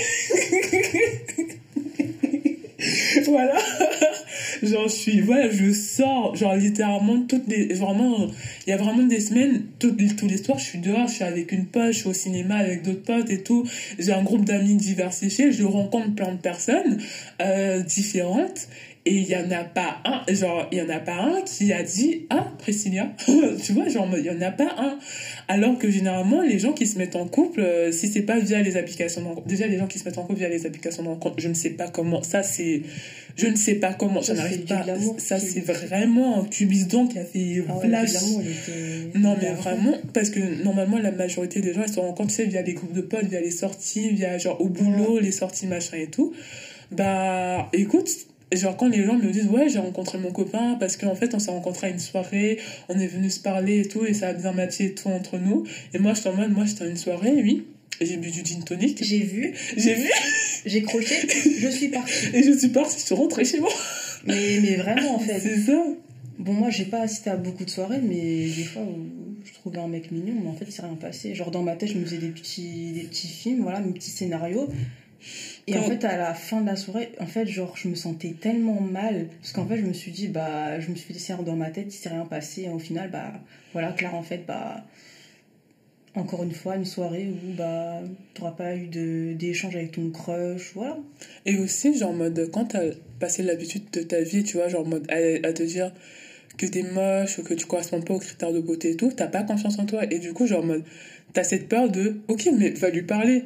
Voilà. Genre, je suis, voilà, je sors, genre, littéralement, toutes les, vraiment, il y a vraiment des semaines, toutes, tous les soirs, je suis dehors, je suis avec une pote, je suis au cinéma avec d'autres potes et tout. J'ai un groupe d'amis diversifiés, je rencontre plein de personnes, euh, différentes. Et il y en a pas un, genre, il y en a pas un qui a dit, ah, Priscilla, tu vois, genre, il y en a pas un. Alors que généralement, les gens qui se mettent en couple, euh, si c'est pas via les applications de rencontre, déjà les gens qui se mettent en couple via les applications de rencontre, je ne sais pas comment, ça c'est, je ne sais pas comment, je n'arrive pas, ça c'est vraiment un cubisdon qui a fait ah ouais, flash. Était... Non mais vraiment, parce que normalement la majorité des gens, ils se rencontrent, tu sais, via les groupes de potes, via les sorties, via genre au boulot, ouais. les sorties machin et tout. Bah, écoute, genre quand les gens me disent ouais j'ai rencontré mon copain parce qu'en fait on s'est rencontré à une soirée, on est venu se parler et tout et ça a bien matché et tout entre nous, et moi j'étais en mode moi j'étais à une soirée, oui, j'ai bu du gin tonic, j'ai vu j'ai vu j'ai croché, je suis partie et je suis partie, je suis rentrée chez moi, mais, mais vraiment en fait c'est ça. Bon, moi j'ai pas assisté à beaucoup de soirées, mais des fois où je trouvais un mec mignon, mais en fait c'est rien passé, genre dans ma tête je me faisais des petits, des petits films, voilà, mes petits scénarios. Et en fait, à la fin de la soirée, en fait, genre, je me sentais tellement mal. Parce qu'en fait, je me suis dit, bah, je me suis laissé dans ma tête, il s'est rien passé. Et au final, bah, voilà, Claire, en fait, bah, encore une fois, une soirée où, bah, t'auras pas eu de, d'échange avec ton crush, voilà. Et aussi, genre, en mode, quand t'as passé l'habitude de ta vie, tu vois, genre, en mode, à, à te dire que t'es moche ou que tu corresponds pas aux critères de beauté et tout, t'as pas confiance en toi. Et du coup, genre, en mode, t'as cette peur de, ok, mais va lui parler.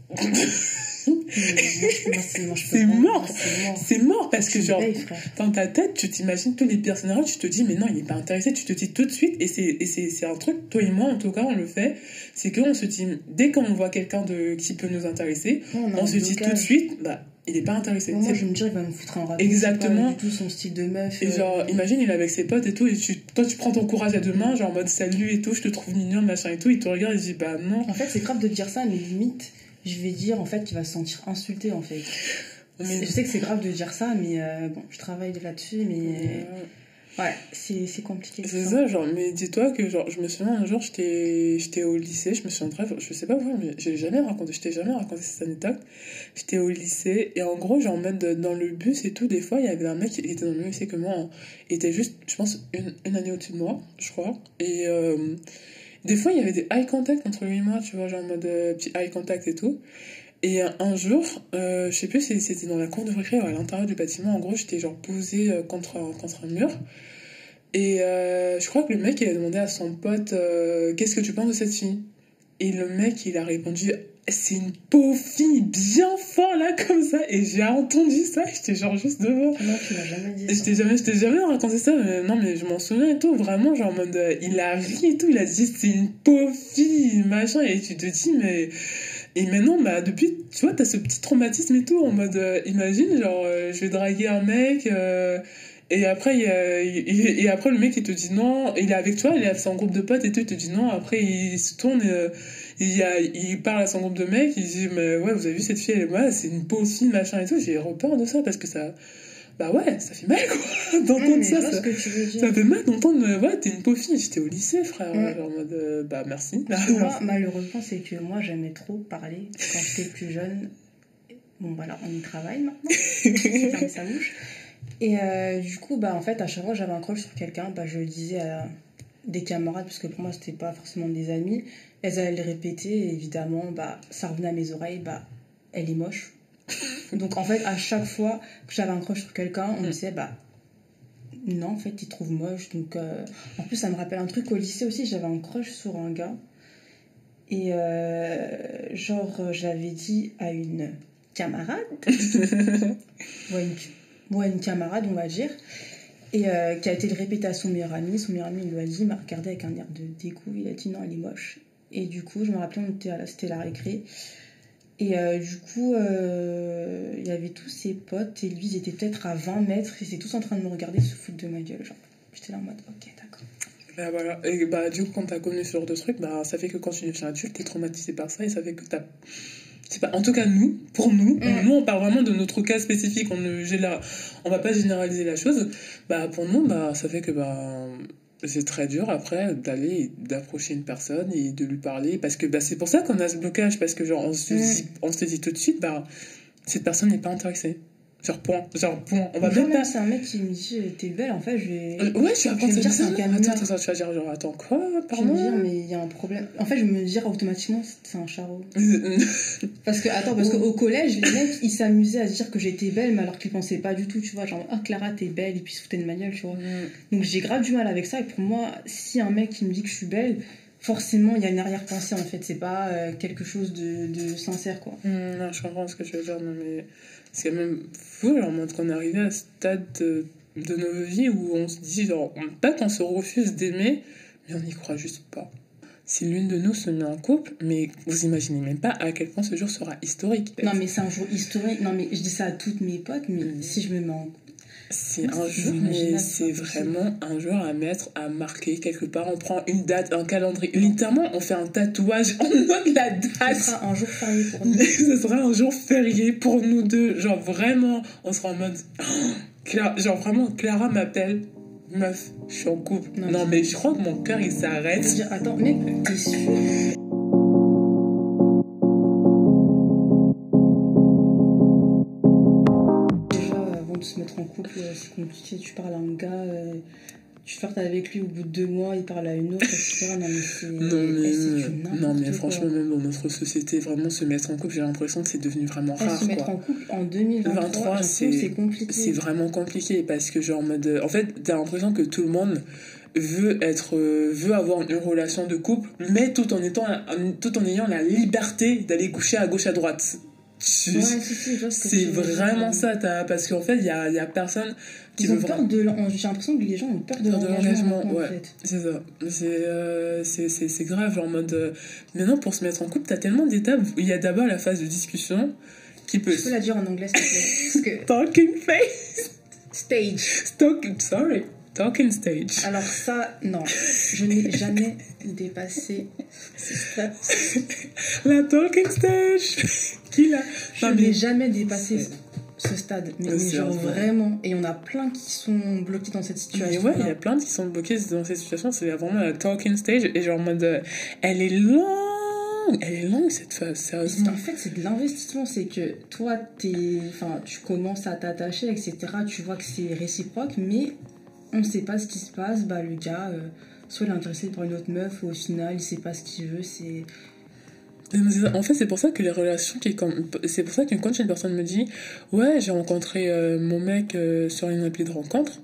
C'est mort, c'est mort parce que genre dans ta tête tu t'imagines tous les personnages, tu te dis mais non il est pas intéressé, tu te dis tout de suite, et c'est et c'est c'est un truc, toi et moi en tout cas on le fait, c'est qu'on se dit dès qu'on voit quelqu'un de qui peut nous intéresser, on, on se dit tout de suite bah il est pas intéressé. Moi, moi je me dis il va me foutre un rappel. Exactement. C'est pas du tout son style de meuf. Et genre euh... imagine il est avec ses potes et tout, et tu toi tu prends ton courage à deux mains, genre en mode salut et tout, je te trouve mignon machin et tout, il te regarde et il dit bah non. En fait c'est grave de dire ça, mais limite je vais dire en fait qu'il va se sentir insulté en fait. Mais... je sais que c'est grave de dire ça, mais euh, bon je travaille là-dessus, mais euh... ouais c'est c'est compliqué. C'est ça. ça genre, mais dis-toi que genre je me souviens un jour j'étais j'étais au lycée, je me suis entrée, je sais pas vous mais j'ai jamais raconté, je t'ai jamais raconté cette anecdote. J'étais au lycée et en gros genre même dans le bus et tout, des fois il y avait un mec qui était dans le même lycée que moi, hein. Il était juste je pense une, une année au-dessus de moi je crois, et euh, des fois, il y avait des eye contact entre lui et moi, tu vois, genre en mode euh, petit eye contact et tout. Et euh, un jour, euh, je sais plus si c'était dans la cour de récré ou à l'intérieur du bâtiment, en gros, j'étais genre posée euh, contre, contre un mur. Et euh, je crois que le mec, il a demandé à son pote euh, qu'est-ce que tu penses de cette fille? Et le mec, il a répondu c'est une pauvre fille bien fort là comme ça, et j'ai entendu ça, j'étais genre juste devant. Non, tu m'as jamais dit ça. Je t'ai jamais, je t'ai jamais raconté ça, mais non mais je m'en souviens et tout, vraiment genre en mode euh, il a ri et tout, il a dit c'est une pauvre fille machin, et tu te dis mais et maintenant bah depuis tu vois t'as ce petit traumatisme et tout en mode euh, imagine genre euh, je vais draguer un mec euh, et après il, euh, il, et après le mec il te dit non, il est avec toi, il est avec son groupe de potes et tout, il te dit non, après il se tourne et euh, Il, y a, il parle à son groupe de mecs, il dit mais ouais vous avez vu cette fille, elle est ouais, c'est une pauvre fille machin et tout. J'ai repeur de ça parce que ça bah ouais ça fait mal quoi d'entendre mmh, ça, ça, ce que tu veux dire. Ça fait mal d'entendre ouais t'es une pauvre fille. J'étais au lycée frère, mmh. genre en mode euh, bah merci. Moi malheureusement c'est que moi j'aimais trop parler quand j'étais plus jeune. Bon voilà on y travaille maintenant. Ferme sa bouche. Et euh, du coup bah en fait à chaque fois j'avais un crush sur quelqu'un, bah je le disais à des camarades, parce que pour moi c'était pas forcément des amis, elles allaient le répéter et évidemment bah ça revenait à mes oreilles, bah elle est moche. Donc en fait à chaque fois que j'avais un crush sur quelqu'un on me disait bah non en fait il trouve moche. Donc euh... en plus ça me rappelle un truc au lycée aussi, j'avais un crush sur un gars et euh... genre j'avais dit à une camarade ouais, une... ouais une camarade on va dire, et euh, qui a été le répéter à son meilleur ami. Son meilleur ami il lui a dit, il m'a regardé avec un air de dégoût, il a dit non elle est moche. Et du coup je me rappelais on était à la, c'était la récré, et euh, du coup euh, il y avait tous ses potes et lui ils étaient peut-être à vingt mètres, ils étaient tous en train de me regarder se foutre de ma gueule, genre j'étais là en mode ok d'accord. Bah voilà, et bah du coup quand t'as connu ce genre de truc, bah ça fait que quand tu deviens adulte t'es traumatisé par ça, et ça fait que t'as c'est pas, en tout cas nous, pour nous, mmh. nous on parle vraiment de notre cas spécifique, on ne général, on va pas généraliser la chose. Bah pour nous, bah ça fait que bah c'est très dur après d'aller d'approcher une personne et de lui parler, parce que bah c'est pour ça qu'on a ce blocage, parce que genre on se mmh. dit, on se dit tout de suite bah cette personne n'est pas intéressée. Genre, point. Genre, point. On va Genre, même même pas... si un mec qui me dit euh, t'es belle, en fait, je vais. Euh, ouais, je suis à je vais me dire c'est un Attends, canular. attends, attends, tu vas dire, genre, attends, quoi, Je vais pardon? me dire, mais il y a un problème. En fait, je vais me dire automatiquement c'est un charreau. Euh, Parce que, attends, parce qu'au collège, les mecs, ils s'amusaient à se dire que j'étais belle, mais alors qu'ils pensaient pas du tout, tu vois. Genre, ah, Clara, t'es belle, et puis ils se foutaient de ma gueule, tu vois. Donc, j'ai grave du mal avec ça. Et pour moi, si un mec qui me dit que je suis belle, forcément, il y a une arrière-pensée, en fait. C'est pas euh, quelque chose de, de sincère, quoi. Mmh, non, je comprends ce que tu veux dire, non, mais c'est quand même fou, genre, moi, qu'on est arrivé à ce stade de, de nos vies où on se dit, genre, on- pas qu'on se refuse d'aimer, mais on n'y croit juste pas. Si l'une de nous se met en couple, mais vous imaginez même pas à quel point ce jour sera historique. Non, mais c'est un jour historique. Non, mais je dis ça à toutes mes potes, mais Mm. si je me mets en. C'est Non, un c'est jour, mais inimaginable, c'est c'est pas possible. vraiment un jour à mettre, à marquer quelque part. On prend une date, un calendrier. Littéralement, on fait un tatouage en mode la Ce date. sera un jour férié pour nous. Ce sera un jour férié pour nous deux. Genre vraiment, on sera en mode. Cla- Genre vraiment, Clara m'appelle. Meuf, je suis en couple. Non, Non, mais- mais je crois que mon cœur il Je veux s'arrête. dire, attends, mec, t'es sûr? Déjà, avant de se mettre en couple, euh, c'est compliqué. Tu parles à un gars, euh, tu flirtes avec lui, au bout de deux mois, il parle à une autre, et cetera. Non, mais c'est. Non mais, eh, c'est du n'importe non, mais quoi. franchement, même dans notre société, vraiment se mettre en couple, j'ai l'impression que c'est devenu vraiment Eh, rare. se mettre quoi. en couple en deux mille vingt-trois, vingt-trois, je trouve que c'est compliqué. C'est vraiment compliqué parce que genre en mode en fait t'as l'impression que tout le monde veut être euh, veut avoir une relation de couple mais tout en étant en- tout en ayant la liberté d'aller coucher à gauche à droite. Tu- Ouais, si, si, je vois ce que c'est tu veux dire. vraiment ça t'as, parce qu'en fait il y a, y a personne qui Ils veut ont peur vraiment de l'en- J'ai l'impression que les gens ont peur de peur de l'engagement. l'engagement, maintenant, en ouais. fait. C'est ça. C'est, euh, c'est, c'est, c'est grave, genre en mode. euh, Maintenant, pour se mettre en couple, t'as tellement d'étapes. Il y a d'abord la phase de discussion qui peut. Je peux la dire en anglais, s'il te plaît. Parce que. Talking face. Stage. Talking, sorry. Talking stage. Alors ça, non. Je n'ai jamais dépassé ce stade. La talking stage. Qui l'a Je Non, mais- n'ai jamais dépassé ce stade. Mais, Ouais, mais c'est genre vrai. vraiment. Et on a plein qui sont bloqués dans cette Mais situation. ouais, il y a plein qui sont bloqués dans cette situation. C'est vraiment la talking stage. Et genre en mode. euh, Elle est longue. Elle est longue cette phase, sérieusement. En fait, c'est de l'investissement. C'est que toi, t'es, enfin, tu commences à t'attacher, et cetera. Tu vois que c'est réciproque, mais on ne sait pas ce qui se passe. Bah, le gars, euh, soit il est intéressé par une autre meuf, ou au final, il sait pas ce qu'il veut. C'est. En fait, c'est pour ça que les relations qui comme c'est pour ça que quand une personne me dit ouais, j'ai rencontré euh, mon mec euh, sur une appli de rencontre,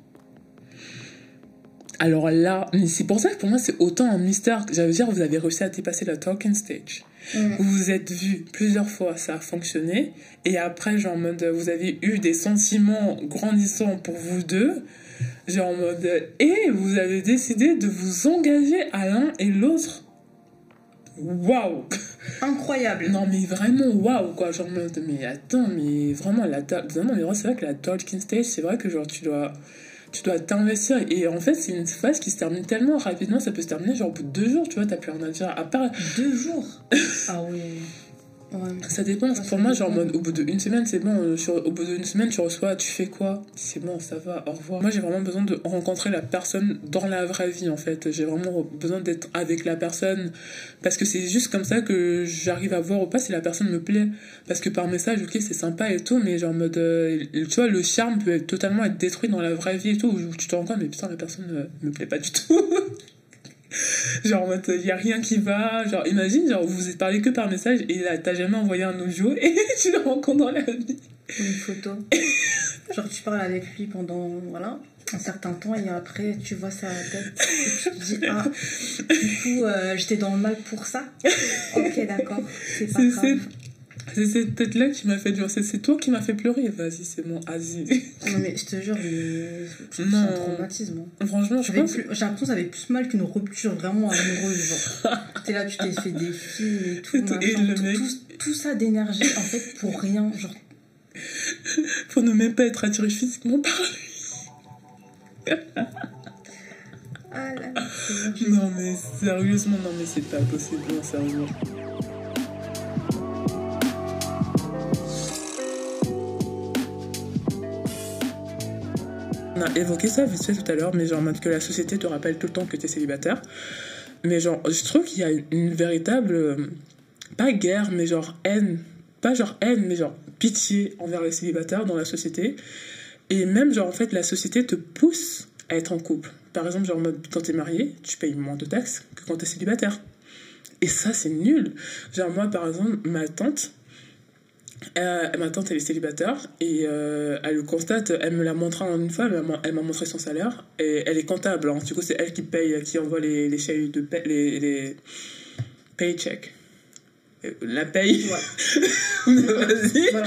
alors là, mais c'est pour ça que pour moi c'est autant un mystère. Ça veut dire vous avez réussi à dépasser la talking stage. Mm. Vous vous êtes vus plusieurs fois, ça a fonctionné, et après genre en mode vous avez eu des sentiments grandissants pour vous deux, genre en mode et vous avez décidé de vous engager à l'un et l'autre. Waouh. Incroyable. Non mais vraiment waouh quoi, genre mais attends, mais vraiment la ta- vraiment, mais c'est vrai que la talking stage, c'est vrai que genre tu dois tu dois t'investir, et en fait c'est une phase qui se termine tellement rapidement. Ça peut se terminer genre au bout de deux jours, tu vois, t'as plus rien à dire à part. Deux jours. Ah ouais. Ouais. Ça dépend. Ouais, Pour ça moi, genre, en dépend. mode, au bout d'une semaine, c'est bon. euh, sur- au bout d'une semaine, tu reçois, tu fais quoi? C'est bon, ça va, au revoir. Moi, j'ai vraiment besoin de rencontrer la personne dans la vraie vie, en fait. J'ai vraiment besoin d'être avec la personne. Parce que c'est juste comme ça que j'arrive à voir ou pas si la personne me plaît. Parce que par message, ok, c'est sympa et tout, mais genre, en mode, euh, tu vois, le charme peut être totalement être détruit dans la vraie vie et tout, où tu te rends compte, mais putain, la personne euh, me plaît pas du tout. Genre en mode il y a rien qui va, genre imagine, genre vous vous êtes parlé que par message et là t'as jamais envoyé un audio et tu le rencontres dans la vie. Ou une photo. Genre tu parles avec lui pendant voilà un certain temps et après tu vois sa tête et tu te dis ah du coup euh, j'étais dans le mal pour ça. Ok d'accord, c'est pas C'est grave. c'est cette tête là qui m'a fait dire c'est c'est toi qui m'as fait pleurer, vas-y c'est bon, vas-y. Non mais je te jure mais c'est Non. un traumatisme. hein. Franchement je J'avais pense plus- J'ai l'impression que ça avait plus mal qu'une rupture vraiment amoureuse. Genre. T'es là, tu t'es fait des films et tout. Et tout- et machin, le tout, mec- tout, tout ça d'énergie en fait pour rien. Genre pour ne même pas être attiré physiquement par lui. ah là là, Seigneur Jésus. Non mais sérieusement, non mais c'est pas possible, non sérieusement. On a évoqué ça vite fait tout à l'heure, mais genre en mode que la société te rappelle tout le temps que t'es célibataire. Mais genre, je trouve qu'il y a une, une véritable, euh, pas guerre, mais genre haine. Pas genre haine, mais genre pitié envers les célibataires dans la société. Et même, genre, en fait, la société te pousse à être en couple. Par exemple, genre, en mode, quand t'es marié, tu payes moins de taxes que quand t'es célibataire. Et ça, c'est nul. Genre, moi, par exemple, ma tante, euh, ma tante, elle est célibataire, et euh, elle le constate, elle me l'a montré en une fois, elle m'a, elle m'a montré son salaire, et elle est comptable, hein. Du coup, c'est elle qui paye, qui envoie les, les chèques de paie, les, les paychecks. La paye. Ouais. Vas-y. Voilà,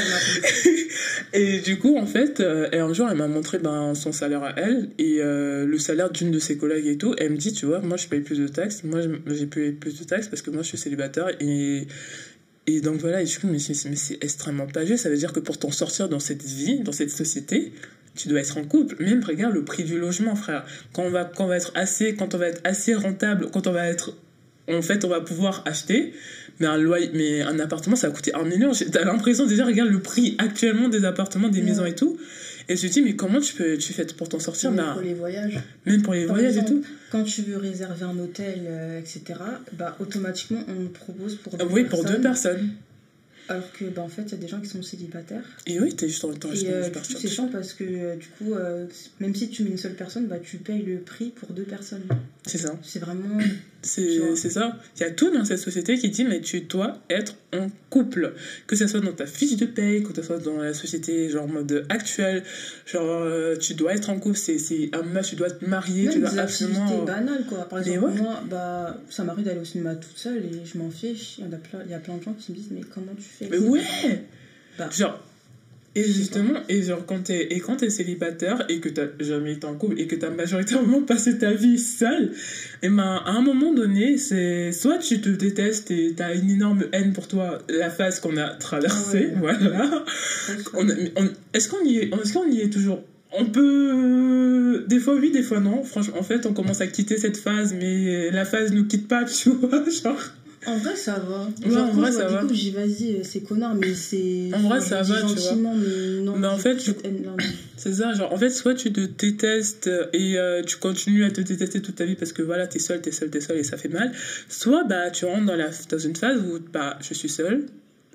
et du coup, en fait, euh, et un jour, elle m'a montré ben, son salaire à elle et euh, le salaire d'une de ses collègues et tout. Elle me dit, tu vois, moi, je paye plus de taxes. Moi, j'ai payé plus de taxes parce que moi, je suis célibataire. Et, et donc, voilà. Et je me suis dit, mais c'est extrêmement pas juste. Ça veut dire que pour t'en sortir dans cette vie, dans cette société, tu dois être en couple. Même, regarde le prix du logement, frère. Quand on va, quand on va être assez, quand on va être assez rentable, quand on va être... En fait, on va pouvoir acheter... Mais un, loyer, mais un appartement, ça va coûter un million. T'as l'impression, déjà, regarde le prix actuellement des appartements, des ouais. maisons et tout. Et je te dis, mais comment tu, peux, tu fais pour t'en sortir? Même bah, pour les voyages. Même pour les Par voyages exemple, et tout. Quand tu veux réserver un hôtel, euh, et cetera, bah, automatiquement, on propose pour deux ah, oui, personnes. pour deux personnes. Alors que, bah, en fait, il y a des gens qui sont célibataires. Et oui, t'es juste en temps. Et euh, du coup, c'est chiant parce que, euh, du coup, euh, même si tu mets une seule personne, bah, tu payes le prix pour deux personnes. C'est ça. C'est vraiment... C'est ça. Il y a tout dans cette société qui dit, mais tu dois être en couple. Que ce soit dans ta fiche de paye, que ce soit dans la société, genre, mode actuel. Genre, euh, tu dois être en couple, c'est un match, tu dois te marier, même tu dois des absolument... activités banales, quoi. Par exemple, ouais. moi, bah, ça m'arrive d'aller au cinéma toute seule et je m'en fiche. Il y, a plein, il y a plein de gens qui me disent, mais comment tu fais? Mais ouais bah, genre... Et justement, et genre quand t'es et quand t'es célibataire et que t'as jamais été en couple et que t'as majoritairement passé ta vie seule, et ben à un moment donné, c'est soit tu te détestes et t'as une énorme haine pour toi, la phase qu'on a traversée, ah ouais, ouais. voilà. On, on, est-ce qu'on y est, est-ce qu'on y est toujours? On peut des fois oui, des fois non. Franchement, en fait, on commence à quitter cette phase, mais la phase nous quitte pas, tu vois, genre. En vrai, ça va. Ouais, genre, en vrai, ça va. Du coup, j'y vas-y, c'est connard, mais c'est. En vrai, ça va, tu vois. Mais, non, mais en fait, tu... c'est ça, genre, en fait, soit tu te détestes et euh, tu continues à te détester toute ta vie parce que voilà, t'es seul, t'es seul, t'es seul et ça fait mal. Soit, bah, tu rentres dans, la... dans une phase où, bah, je suis seule,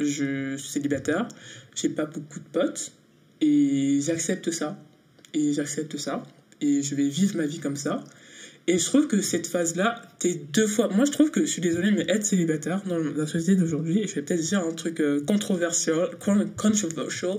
je suis célibataire, j'ai pas beaucoup de potes et j'accepte ça. Et j'accepte ça. Et je vais vivre ma vie comme ça. Et je trouve que cette phase-là, t'es deux fois... Moi, je trouve que, je suis désolée, mais être célibataire dans la société d'aujourd'hui, et je vais peut-être dire un truc euh, controversial, controversial,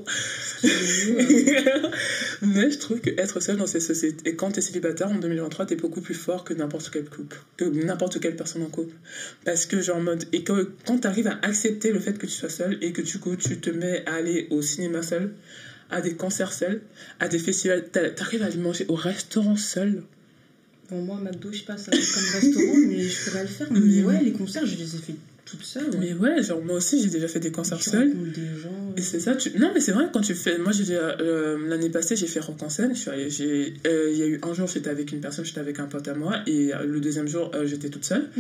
mais je trouve que être seul dans cette société... Et quand t'es célibataire, en deux mille vingt-trois, t'es beaucoup plus fort que n'importe quel couple, que n'importe quelle personne en couple. Parce que, genre, en mode... Et que, quand t'arrives à accepter le fait que tu sois seul, et que, du coup, tu te mets à aller au cinéma seul, à des concerts seuls, à des festivals... T'arrives à aller manger au restaurant seul. Bon, moi, McDo, je sais pas, ça comme restaurant, mais je pourrais le faire. Mais, mais ouais, les concerts, je les ai fait toute seule. Ouais. Mais ouais, genre, moi aussi, j'ai déjà fait des concerts seuls. Des gens. Et c'est ça, tu... Non, mais c'est vrai, quand tu fais... Moi, j'ai euh, l'année passée, j'ai fait Rock en scène. Il euh, y a eu un jour, j'étais avec une personne, j'étais avec un pote à moi. Et euh, le deuxième jour, euh, j'étais toute seule.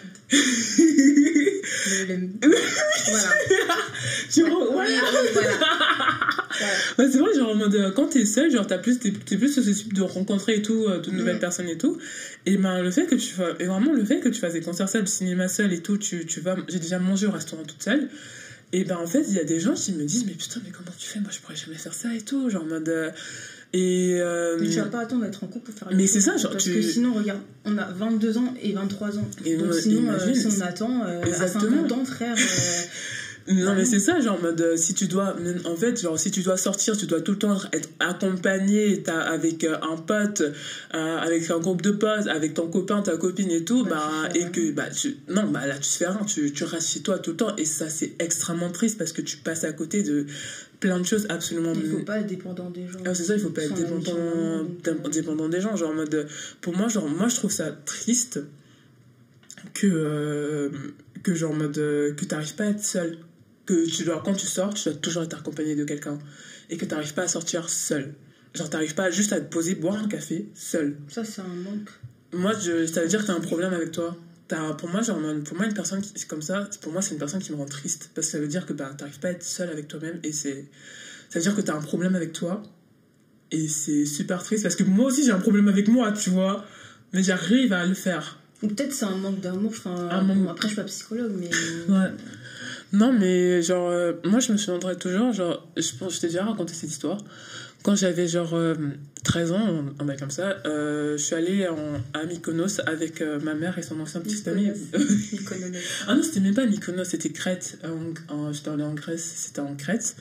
Je l'aime. Voilà. Genre, voilà. Oui, voilà. Ouais, c'est vrai, genre en mode quand t'es seul, genre t'as plus, t'es, t'es plus susceptible de rencontrer et tout, de nouvelles mmh. personnes et tout. Et ben le fait que tu fasses, et vraiment le fait que tu fasses des concerts seuls, du cinéma seul et tout, tu, tu vas, j'ai déjà mangé au restaurant toute seule. Et ben en fait, il y a des gens qui me disent, mais putain, mais comment tu fais? Moi je pourrais jamais faire ça et tout, genre en mode. Euh, et. Euh, mais tu vas pas attendre d'être en couple pour faire. Mais c'est ça, genre parce tu. que sinon, regarde, on a vingt-deux ans et vingt-trois ans. Et donc, sinon, euh, si on attend, euh, à cinquante ans, frère. Euh, Non mais c'est ça, genre en mode si tu dois en fait genre si tu dois sortir, tu dois tout le temps être accompagné t'as, avec euh, un pote, euh, avec un groupe de potes, avec ton copain, ta copine et tout, bah, bah et que bah tu, non bah là tu fais rien, tu tu restes chez toi tout le temps et ça c'est extrêmement triste parce que tu passes à côté de plein de choses absolument. Il faut pas être dépendant des gens. Ah, c'est ça, il faut pas être dépendant dépendant des gens, genre en mode pour moi genre moi je trouve ça triste que euh, que genre en mode que t'arrives pas à être seul. Que tu dois, quand tu sors, tu dois toujours être accompagné de quelqu'un. Et que tu n'arrives pas à sortir seul. Genre, tu n'arrives pas juste à te poser, boire un café seul. Ça, c'est un manque. Moi, je, ça veut dire que tu as un problème avec toi. T'as, pour, moi, genre, pour moi, une personne qui est comme ça, pour moi, c'est une personne qui me rend triste. Parce que ça veut dire que bah, tu n'arrives pas à être seul avec toi-même. Et c'est, ça veut dire que tu as un problème avec toi. Et c'est super triste. Parce que moi aussi, j'ai un problème avec moi, tu vois. Mais j'arrive à le faire. Ou peut-être c'est un manque d'amour. Enfin, un manque... bon, après, je suis pas psychologue, mais. Ouais. Non, mais genre, euh, moi je me souviendrai toujours, genre, je pense je t'ai déjà raconté cette histoire. Quand j'avais genre euh, treize ans, un bail comme ça, euh, je suis allée en, à Mykonos avec euh, ma mère et son ancien petit ami. Mykonos. Ah non, c'était même pas Mykonos, c'était Crète. En, en, j'étais allée en Grèce, c'était en Crète.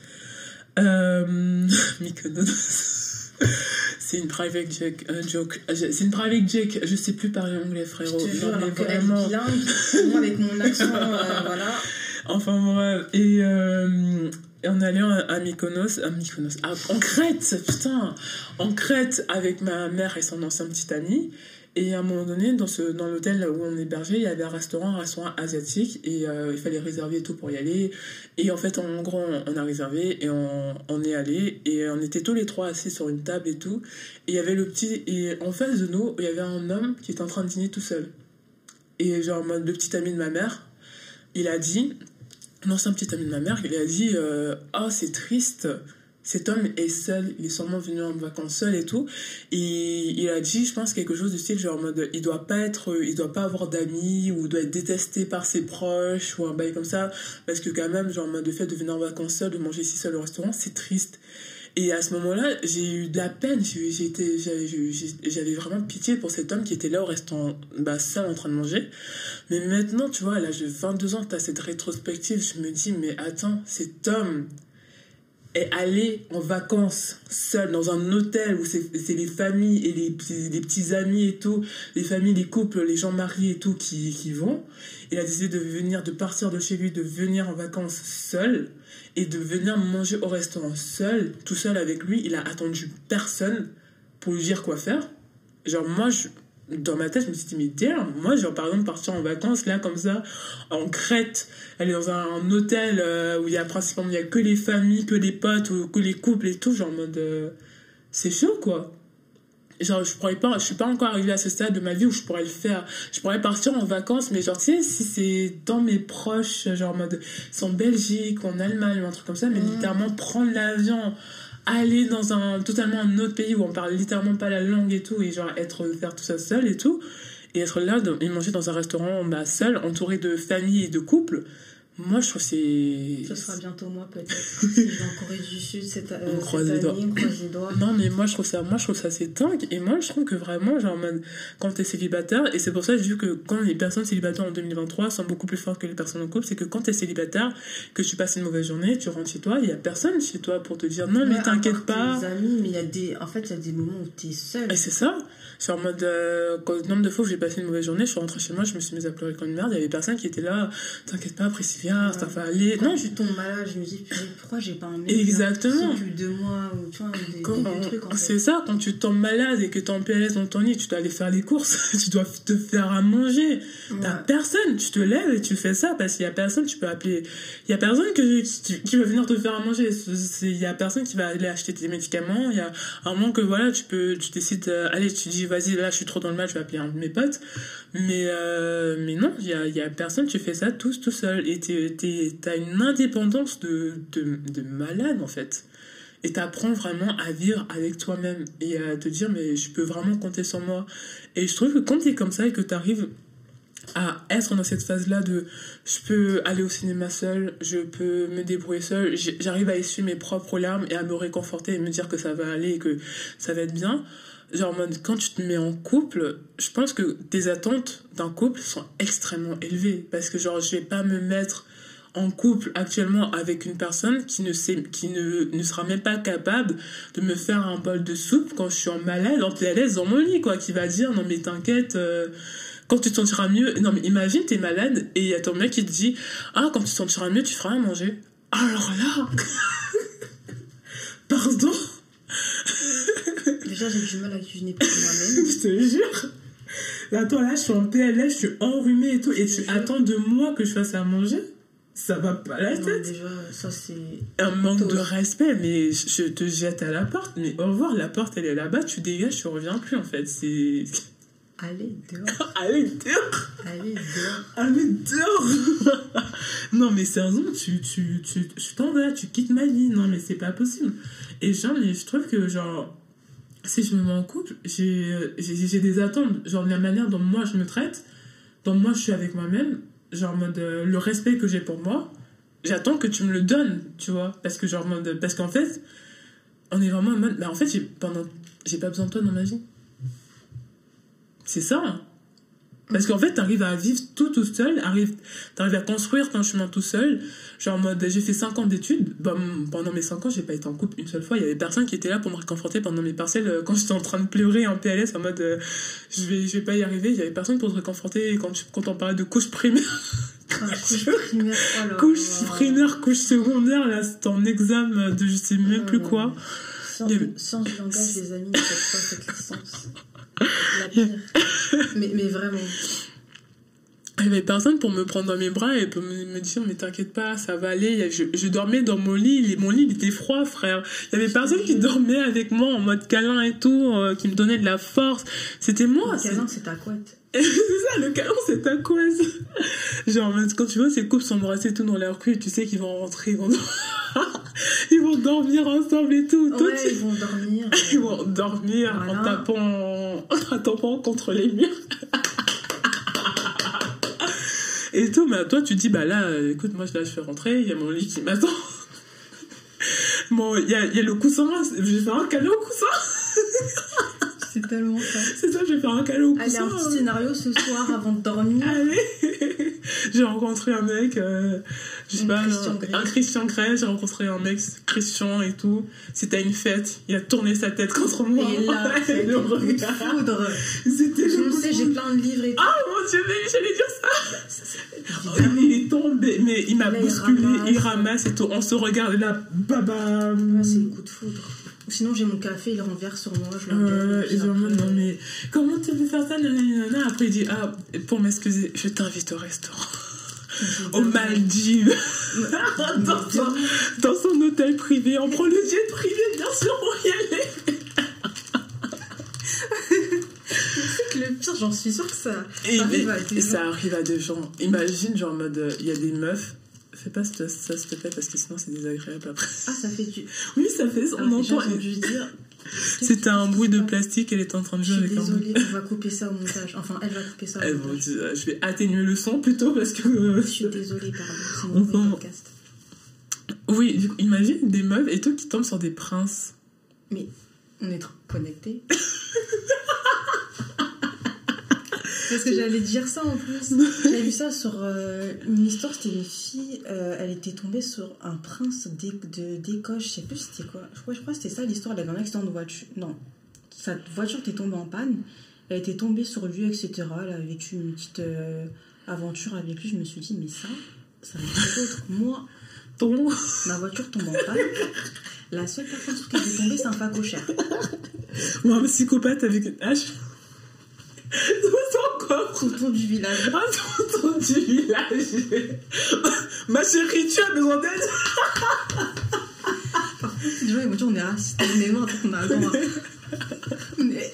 Euh, Mykonos. C'est une private joke, un joke. C'est une private joke, je sais plus parler anglais, frérot. Je te jure, Non, mais alors qu'elle est vraiment. bilingue, moi avec mon accent, euh, voilà. Enfin bref, et, euh, et on allait à Mykonos, à Mykonos, à, en Crète, putain, en Crète avec ma mère et son ancien petit ami. Et à un moment donné, dans, ce, dans l'hôtel où on hébergeait, il y avait un restaurant, un restaurant asiatique, et euh, il fallait réserver et tout pour y aller. Et en fait, en gros, on, on a réservé et on, on est allé, et on était tous les trois assis sur une table et tout. Et il y avait le petit, et en face de nous, il y avait un homme qui était en train de dîner tout seul. Et genre, le petit ami de ma mère, il a dit, l'ancien petit ami de ma mère, il a dit euh, oh, c'est triste, cet homme est seul, il est sûrement venu en vacances seul et tout. Et il a dit, je pense, quelque chose du style, genre en mode, il doit pas être, il doit pas avoir d'amis, ou doit être détesté par ses proches, ou un bail comme ça, parce que quand même, genre en mode, le fait de venir en vacances seul, de manger si seul au restaurant, c'est triste. Et à ce moment-là, j'ai eu de la peine, j'ai, j'ai été, j'avais, j'avais vraiment pitié pour cet homme qui était là au restaurant, bah, seul en train de manger. Mais maintenant, tu vois, à l'âge de vingt-deux ans, t'as cette rétrospective, je me dis, mais attends, cet homme est allé en vacances seul dans un hôtel où c'est, c'est les familles et les, les petits amis et tout, les familles, les couples, les gens mariés et tout qui, qui vont. Il a décidé de venir, de partir de chez lui, de venir en vacances seul et de venir manger au restaurant seul, tout seul avec lui. Il a attendu personne pour lui dire quoi faire. Genre, moi, je, dans ma tête, je me suis dit, mais damn, moi, genre, par exemple, partir en vacances, là, comme ça, en Crète, aller dans un, un hôtel euh, où il y a principalement, il y a que les familles, que les potes, ou que les couples et tout, genre, en mode, euh, c'est chaud, quoi. Genre, je pourrais pas, je suis pas encore arrivée à ce stade de ma vie où je pourrais le faire. Je pourrais partir en vacances, mais genre, tu sais, si c'est dans mes proches, genre, en mode, c'est en Belgique, ou en Allemagne, ou un truc comme ça, mais mmh. littéralement, prendre l'avion, aller dans un, totalement un autre pays où on parle littéralement pas la langue et tout, et genre, être, faire tout ça seul et tout, et être là, de, et manger dans un restaurant, bah, seul, entouré de familles et de couples. Moi, je trouve que c'est... Ce sera bientôt moi, peut-être. Si je vais en Corée du Sud cette, euh, on croise cette les année, on croise les doigts. Non, mais moi, je trouve ça, moi, je trouve ça c'est dingue. Et moi, je trouve que vraiment, genre, quand t'es célibataire, et c'est pour ça que je dis que quand les personnes célibataires en deux mille vingt-trois sont beaucoup plus fortes que les personnes en couple, c'est que quand t'es célibataire, que tu passes une mauvaise journée, tu rentres chez toi, il y a personne chez toi pour te dire non, mais ouais, t'inquiète pas. Tes amis, mais il y a des... En fait, il y a des moments où t'es seul. Et c'est ça. C'est en mode, euh, quand, le nombre de fois où j'ai passé une mauvaise journée, je suis rentrée chez moi, je me suis mise à pleurer comme une merde. Il y avait personne qui était là, t'inquiète pas, Priscilla, ouais. ça va aller. Quand non, tu tombes malade, je me dis, pourquoi j'ai pas un mec exactement. qui s'occupe de moi, ou tu vois, des, quand, des, des trucs en fait. C'est ça, quand tu tombes malade et que t'es en P L S dans ton lit, tu dois aller faire les courses, tu dois te faire à manger. Ouais. T'as personne, tu te lèves et tu fais ça parce qu'il y a personne, tu peux appeler. Il y a personne que, qui, qui va venir te faire à manger. C'est, il y a personne qui va aller acheter tes médicaments. Il y a un moment que voilà, tu peux, tu décides, euh, allez, tu dis, vas-y, là, je suis trop dans le mal, je vais appeler un de mes potes. Mais, euh, mais non, il y a, il y a personne, tu fais ça tous, tout seul. Et t'es, t'es, t'as une indépendance de, de, de malade, en fait. Et t'apprends vraiment à vivre avec toi-même et à te dire, mais je peux vraiment compter sur moi. Et je trouve que quand t'es comme ça et que t'arrives à être dans cette phase-là de je peux aller au cinéma seul, je peux me débrouiller seul, j'arrive à essuyer mes propres larmes et à me réconforter et me dire que ça va aller et que ça va être bien. Genre, quand tu te mets en couple, je pense que tes attentes d'un couple sont extrêmement élevées. Parce que, genre, je vais pas me mettre en couple actuellement avec une personne qui ne sait, qui ne, ne sera même pas capable de me faire un bol de soupe quand je suis en malade, en P L S dans mon lit, quoi. Qui va dire, non, mais t'inquiète, euh, quand tu te sentiras mieux. Non, mais imagine, t'es malade et il y a ton mec qui te dit, ah, quand tu te sentiras mieux, tu feras à manger. Alors là, pardon. Déjà, j'ai du mal à cuisiner pour moi-même. Je te jure. Attends, là, je suis en P L S, je suis enrhumée et tout, et tu attends de moi que je fasse à manger? Ça va pas la tête. Non, déjà, ça, c'est... Un manque Tôt. de respect, mais je te jette à la porte. Mais au revoir, la porte, elle est là-bas, tu dégages, tu reviens plus, en fait. C'est... Allez dehors. Allez dehors. Allez dehors. Allez dehors. Non, mais sérieusement, tu, tu, tu, tu t'en vas, tu quittes ma vie. Non, mais c'est pas possible. Et genre, mais je trouve que, genre, si je me mets en couple, j'ai, j'ai, j'ai des attentes. Genre, la manière dont moi je me traite, dont moi je suis avec moi-même, genre, en mode, euh, le respect que j'ai pour moi, j'attends que tu me le donnes, tu vois. Parce que, genre, parce qu'en fait, on est vraiment en mode, bah, en fait, j'ai, pendant, j'ai pas besoin de toi dans ma vie. C'est ça, hein. Parce qu'en fait, t'arrives à vivre tout tout seul, arrive, t'arrives à construire ton chemin tout seul. Genre, en mode, j'ai fait cinq ans d'études. Bah, pendant mes cinq ans, j'ai pas été en couple une seule fois. Il y avait personne qui était là pour me réconforter pendant mes partiels quand j'étais en train de pleurer en P L S en mode, euh, je vais, je vais pas y arriver. Il y avait personne pour te réconforter quand, tu, quand on parlait de couche primaire. Ah, couche primaire, oh là, couche wow. primaire, couche secondaire, là, c'était en examen de je sais même non, plus non, quoi. Science, avait... science du langage des amis, cette fois, cette licence. La pire. mais, mais vraiment. Il y avait personne pour me prendre dans mes bras et pour me, me dire mais t'inquiète pas, ça va aller. Je, je dormais dans mon lit, mon lit il était froid, frère. Il y avait personne qui dormait avec moi en mode câlin et tout, euh, qui me donnait de la force. C'était moi. Le câlin, c'est ta couette. c'est ça, le câlin, c'est ta couette. Genre, quand tu vois ces couples s'embrasser tout dans leur cul, tu sais qu'ils vont rentrer, ils vont, ils vont dormir ensemble et tout. Ouais, tout ils vont dormir. Ils vont dormir voilà. en tapant, en tapant contre les murs. Et tout, mais toi, tu dis, bah là, euh, écoute, moi, là, je fais rentrer, il y a mon lit qui m'attend. Bon, il y a, y a le coussin, je vais faire un câlin au coussin. C'est tellement ça. C'est ça, je vais faire un câlin au coussin. Allez, un petit scénario ce soir avant de dormir. Allez. J'ai rencontré un mec, euh, je sais un pas, Christian un, Grey. un Christian Grey, j'ai rencontré un mec Christian et tout. C'était à une fête, il a tourné sa tête contre moi. Et là, c'est le foudre. C'était je le sais, j'ai plein de livres et tout. Ah mon Dieu, mais j'allais dire ça. Oh, il est tombé, mais il m'a là, bousculé, il ramasse. il ramasse et tout. On se regarde là, baba. Ouais, c'est le coup de foudre. Sinon, j'ai mon café, il renverse sur moi. Je euh, ils ont dit, non, mais comment tu veux faire ça? Nanana. Après, il dit, ah, pour m'excuser, je t'invite au restaurant. Aux Maldives. dans, son, dans son hôtel privé. On prend le jet privé, bien sûr, pour y aller. C'est que le pire, j'en suis sûre que ça, et ça arrive à des gens. Ça arrive à des gens. Imagine, genre, en mode, il y a des meufs. Fais pas ça, ça s'il te plaît, parce que sinon c'est désagréable après. Ah, ça fait du. Oui, ça fait. On ah, entend. J'ai dû dire. C'était un bruit de plastique, elle était en train de jouer avec un. Désolée, on va couper ça au montage. Enfin, elle va couper ça au elle montage. Va, je vais atténuer le son plutôt parce que. Je suis désolée, pardon. C'est mon enfin... podcast. Oui, du coup, imagine des meufs et tout qui tombent sur des princes. Mais on est trop connectés. Parce que j'allais dire ça en plus. J'avais vu ça sur euh, une histoire, c'était une fille, euh, elle était tombée sur un prince d'Écosse, je sais plus c'était quoi. Je crois, je crois que c'était ça l'histoire, elle avait un accident de voiture. Non, sa voiture était tombée en panne, elle était tombée sur lui, et cetera. Elle avait vécu une petite euh, aventure avec lui. Je me suis dit, mais ça, ça me fait d'autres. Moi, Ton... ma voiture tombe en panne. La seule personne sur qui elle est tombée, c'est un facochère. Ou un psychopathe avec une hache. C'est encore tonton du village. Ah, tonton du village. Ma chérie, tu as besoin d'aide. Par contre, les gens ils vont dire on est raciste, on est mort, on a le droit. Mais...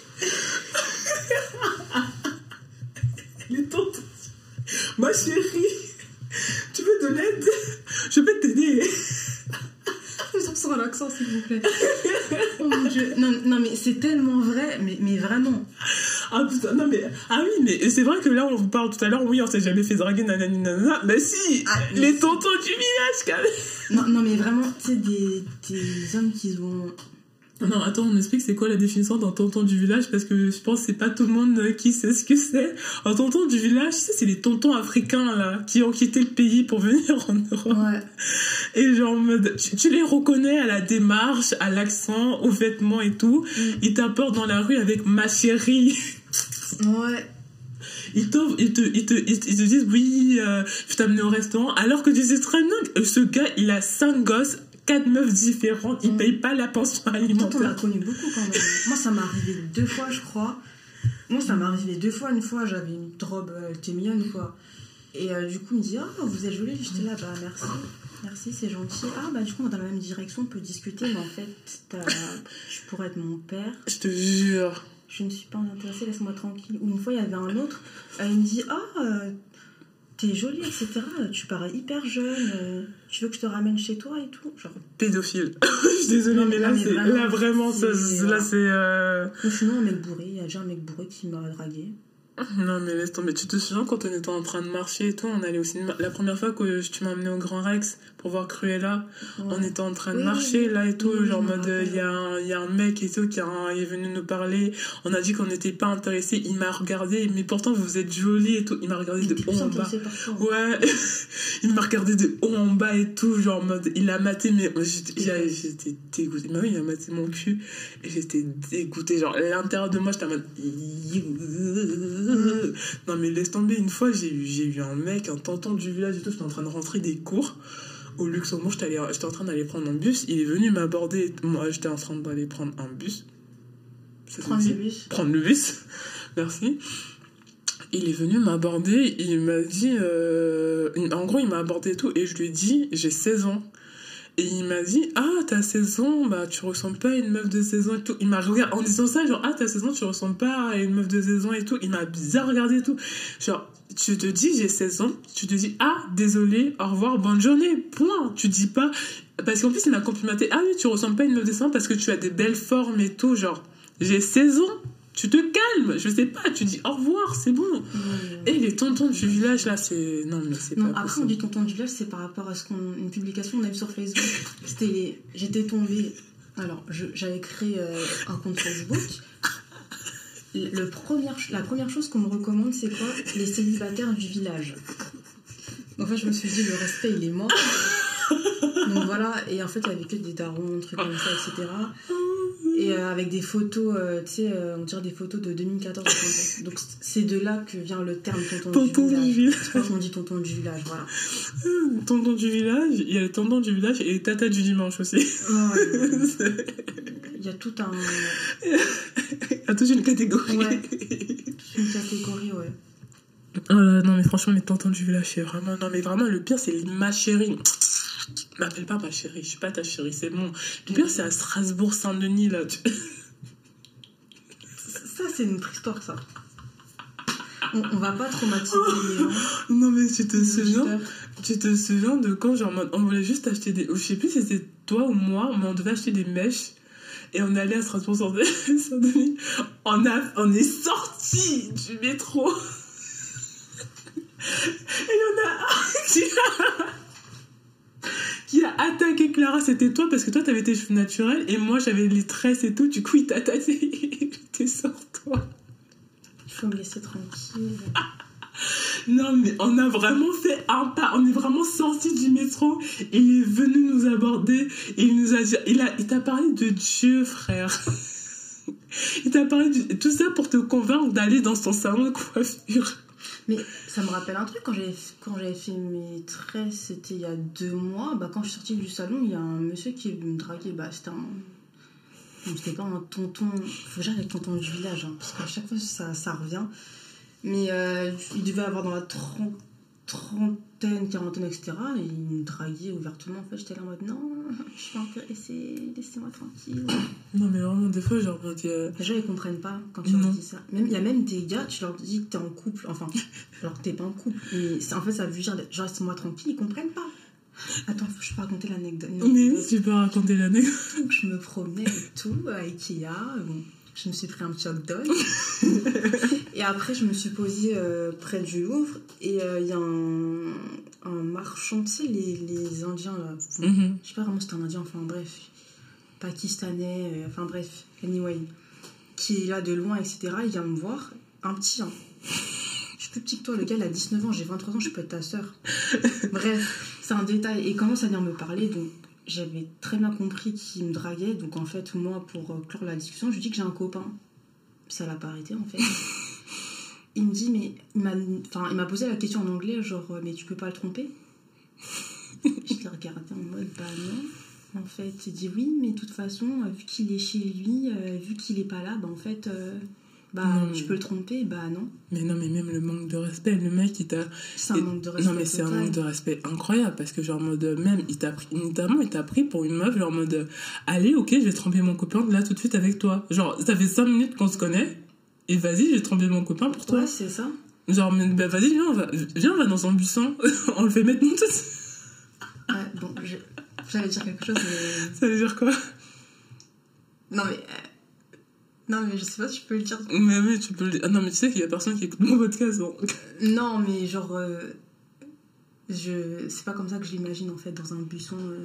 Les tontons. Ma chérie, tu veux de l'aide? Je peux t'aider. Sans l'accent, s'il vous plaît. Oh mon Dieu. Non, non mais c'est tellement vrai, mais, mais vraiment. Ah putain, non mais... Ah oui, mais c'est vrai que là, on vous parle tout à l'heure, oui, on s'est jamais fait draguer, nanani, nanana. Mais si, ah, mais les tontons du village, quand même. Non, non mais vraiment, tu sais, des, des hommes qui ont... Non, attends, on explique c'est quoi la définition d'un tonton du village, parce que je pense que c'est pas tout le monde qui sait ce que c'est. Un tonton du village, tu sais, c'est les tontons africains, là, qui ont quitté le pays pour venir en Europe. Ouais. Et genre, tu, tu les reconnais à la démarche, à l'accent, aux vêtements et tout. Mm. Ils t'apportent dans la rue avec ma chérie. Ouais. Ils te, ils, te, ils, te, ils te disent, oui, euh, je t'amène au restaurant, alors que tu sais très bien, ce gars, il a cinq gosses, quatre meufs différentes, il mmh. paye pas la pension alimentaire. On a connu beaucoup quand même. Moi, ça m'est arrivé deux fois, je crois. Moi, ça m'est arrivé deux fois. Une fois, j'avais une robe, elle était mignonne, quoi. Et euh, du coup, il me dit, ah, oh, vous êtes jolie. J'étais là, bah, merci. Merci, c'est gentil. Ah, bah, du coup, on est dans la même direction, on peut discuter, mais en fait, tu pourrais être mon père. Je te jure. Je ne suis pas intéressée, laisse-moi tranquille. Ou une fois, il y avait un autre, euh, il me dit, ah, euh, t'es jolie, et cetera. Tu parais hyper jeune, euh, tu veux que je te ramène chez toi et tout. Genre... Pédophile. Je suis désolée, non, mais, là, non, mais c'est, vraiment, là, vraiment, c'est, ça, là, c'est... Euh... Sinon, un mec bourré, il y a déjà un mec bourré qui m'a dragué. Non, mais laisse tomber. Tu te souviens quand on était en train de marcher et tout, on allait au cinéma. La première fois que tu m'as emmené au Grand Rex pour voir Cruella, ouais. On était en train de oui, marcher là et tout, oui, genre en mode il y, y a un mec et tout qui a, est venu nous parler. On a dit qu'on n'était pas intéressés. Il m'a regardé, mais pourtant vous êtes jolie et tout. Il m'a regardé de haut en bas. Ouais, il m'a regardé de haut en bas et tout, genre en mode il a maté, mais j'étais, j'étais dégoûtée. Mais oui, il a maté mon cul et j'étais dégoûtée. Genre à l'intérieur de moi, j'étais en mode. Non mais laisse tomber, une fois j'ai eu, j'ai eu un mec, un tonton du village et tout, j'étais en train de rentrer des cours au Luxembourg, j'étais, allé, j'étais en train d'aller prendre un bus, il est venu m'aborder, moi j'étais en train d'aller prendre un bus. Ça prendre le bus Prendre le bus, merci. Il est venu m'aborder, il m'a dit, euh, en gros il m'a abordé et tout, et je lui ai dit, j'ai seize ans. Et il m'a dit, ah, t'as seize ans, bah, tu ressembles pas à une meuf de seize ans et tout. Il m'a regardé, en disant ça, genre, ah, t'as seize ans, tu ressembles pas à une meuf de seize ans et tout. Il m'a bizarre regardé et tout. Genre, tu te dis, j'ai seize ans, tu te dis, ah, désolé, au revoir, bonne journée, point. Tu dis pas, parce qu'en plus, il m'a complimenté, ah oui, tu ressembles pas à une meuf de seize ans parce que tu as des belles formes et tout, genre, j'ai seize ans. Tu te calmes, je sais pas, tu dis au revoir, c'est bon. Mmh. Et les tontons du village, là, c'est... Non, mais c'est non, pas après, possible. On dit tontons du village, c'est par rapport à ce qu'on... une publication qu'on a vue sur Facebook. C'était les... J'étais tombée... Alors, je... j'avais créé euh, un compte Facebook. Le premier... La première chose qu'on me recommande, c'est quoi? Les célibataires du village. En fait, je me suis dit, le respect, il est mort. Donc voilà, et en fait, il y avait que des darons, trucs comme ça, et cetera. Et euh, avec des photos, euh, tu sais, euh, on dirait des photos de deux mille quatorze. Donc c'est de là que vient le terme tonton, tonton du village. Du village. C'est pour ça qu'on dit tonton du village, voilà. Tonton du village, il y a le tonton du village et les tatas du dimanche aussi. Ouais, il y a tout un... Il y a toute une catégorie. Ouais, toute une catégorie, ouais. Oh là, non mais franchement, les tontons du village, c'est vraiment... Non mais vraiment, le pire, c'est les ma chérie. M'appelle pas ma chérie, je suis pas ta chérie, c'est bon. Le pire, c'est à Strasbourg-Saint-Denis, là. Tu... Ça, c'est une autre histoire, ça. On, on va pas traumatiser les gens. Non, mais tu te souviens, tu te souviens de quand, genre, on voulait juste acheter des... Je sais plus si c'était toi ou moi, mais on devait acheter des mèches. Et on allait à Strasbourg-Saint-Denis. On, a... on est sortis du métro. Et il y en a un qui a... qui a attaqué Clara, c'était toi parce que toi t'avais tes cheveux naturels et moi j'avais les tresses et tout, du coup il t'a attaqué. T'es sors-toi. Il faut me laisser tranquille. Non mais on a vraiment fait un pas, on est vraiment sortis du métro et il est venu nous aborder et il nous a dit, il, a, il t'a parlé de Dieu, frère. Il t'a parlé de tout ça pour te convaincre d'aller dans son salon de coiffure. Mais ça me rappelle un truc, quand j'avais, quand j'avais fait mes tresses, c'était il y a deux mois, bah, quand je suis sortie du salon, il y a un monsieur qui me draguait, bah, c'était un... Non, c'était pas un tonton, faut que j'arrête tonton du village, hein, parce qu'à chaque fois ça, ça revient, mais euh, il devait avoir dans la trente, trentaine, quarantaine, et cetera, et il me draguait ouvertement, en fait, j'étais là en mode, non, je suis pas intéressée, laissez-moi tranquille. Non mais vraiment, des fois, genre... Euh... Les gens, ils comprennent pas quand tu leur dis ça. Même, il y a même des gars, tu leur dis que t'es en couple, enfin, alors que t'es pas en couple, mais c'est, en fait, ça veut dire, genre, laissez-moi tranquille, ils comprennent pas. Attends, faut que je peux raconter l'anecdote. Mais oui, tu peux raconter l'anecdote. Je me promenais et tout, à Ikea, bon, je me suis pris un petit hot dog. Et après, je me suis posée euh, près du Louvre, et il euh, y a un, un marchand, tu sais, les, les Indiens, là. Bon, mm-hmm. Je sais pas vraiment si c'était un Indien, enfin bref, pakistanais, euh, enfin bref, anyway, qui est là de loin, et cetera. Il vient me voir, un petit, hein. Je suis plus petit que toi, le gars il a dix-neuf ans, j'ai vingt-trois ans, je peux être ta sœur. Bref, c'est un détail. Et il commence à venir me parler, donc j'avais très bien compris qu'il me draguait. Donc en fait, moi, pour clore la discussion, je lui dis que j'ai un copain. Ça l'a pas arrêté en fait. Il me dit, mais il m'a, enfin, il m'a posé la question en anglais, genre, mais tu peux pas le tromper? Je l'ai regardé en mode, bah non. En fait, il dit oui, mais de toute façon, vu qu'il est chez lui, euh, vu qu'il est pas là, bah en fait. Euh, Bah, non, tu peux le tromper, bah non. Mais non, mais même le manque de respect, le mec, il t'a... C'est un il... manque de respect. Non, mais c'est total. Un manque de respect incroyable, parce que genre, en mode, même, il t'a pris, notamment, il t'a pris pour une meuf, genre, en mode, allez, ok, je vais tromper mon copain là tout de suite avec toi. Genre, ça fait cinq minutes qu'on se connaît, et vas-y, je vais tromper mon copain pour toi. Ouais, c'est ça. Genre, bah, vas-y, viens, on va, viens, on va dans un buisson, on le fait maintenant tout de suite. Ouais, bon, je... j'allais dire quelque chose, mais... Ça veut dire quoi? Non, mais... Euh... Non, mais je sais pas si je peux le dire. Mais oui, tu peux le dire. Ah non, mais tu sais qu'il y a personne qui écoute mon podcast. Bon. Non, mais genre... Euh, je... C'est pas comme ça que je l'imagine, en fait, dans un buisson... Euh...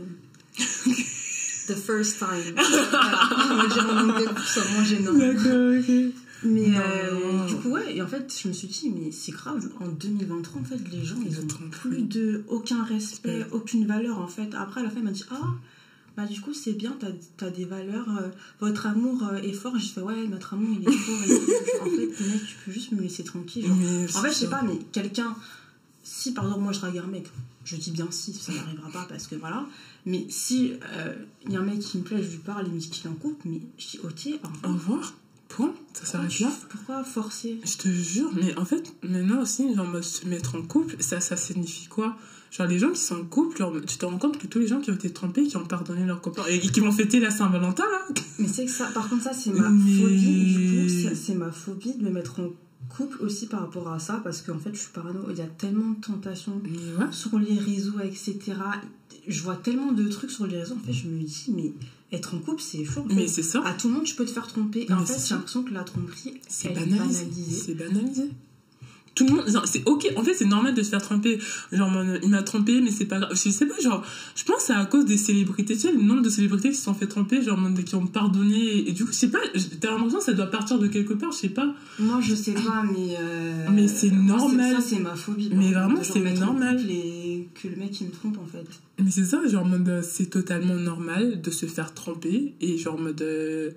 The first time. Voilà. On va dire en anglais, c'est vraiment gênant. D'accord, ok. Mais euh, du coup, ouais, et en fait, je me suis dit, mais c'est grave, en deux mille vingt-trois, en fait, les gens, ils ont plus de... aucun respect, aucune valeur, en fait. Après, à la fin, elle m'a dit, ah... Bah, du coup, c'est bien, t'as, t'as des valeurs, euh, votre amour euh, est fort. J'ai fait, ouais, notre amour, il est fort. Et en fait, mec, tu peux juste me laisser tranquille. Genre. En fait, je sais pas, mais quelqu'un, si par exemple, moi je drague un mec, je dis bien si, ça n'arrivera pas parce que voilà, mais si il euh, y a un mec qui me plaît, je lui parle, il me dit qu'il est en couple, mais je dis, ok, au revoir. Au revoir. Point, ça s'arrête là. Pourquoi forcer? Je te jure, mais en fait, maintenant aussi, genre, se mettre en couple, ça, ça signifie quoi? Genre, les gens qui sont en couple, genre, tu te rends compte que tous les gens qui ont été trompés, qui ont pardonné leurs copains et qui vont fêter la Saint-Valentin, là. Mais c'est que ça, par contre, ça, c'est ma mais... phobie. Du coup, ça, c'est ma phobie de me mettre en couple aussi par rapport à ça, parce qu'en fait, je suis parano. Il y a tellement de tentations ouais. sur les réseaux, et cetera. Je vois tellement de trucs sur les réseaux, en fait, je me dis, mais être en couple, c'est chaud. En fait. Mais c'est ça. À tout le monde, tu peux te faire tromper. Et en fait, j'ai l'impression que la tromperie, c'est banalisé. banalisée. C'est banalisé. Tout le monde, c'est ok, en fait, c'est normal de se faire tromper. Genre, il m'a trompé, mais c'est pas grave. Je sais pas, genre, je pense que c'est à cause des célébrités. Tu sais, le nombre de célébrités qui se sont fait tromper, genre, qui ont pardonné. Et du coup, je sais pas, t'as l'impression que ça doit partir de quelque part, je sais pas. Moi, je sais pas, mais. Euh... Mais c'est normal. Moi, c'est, ça, c'est ma phobie. Mais vraiment, c'est normal. Et que le mec, il me trompe, en fait. Mais c'est ça, genre, en mode, c'est totalement normal de se faire tromper. Et genre, en mode. Euh...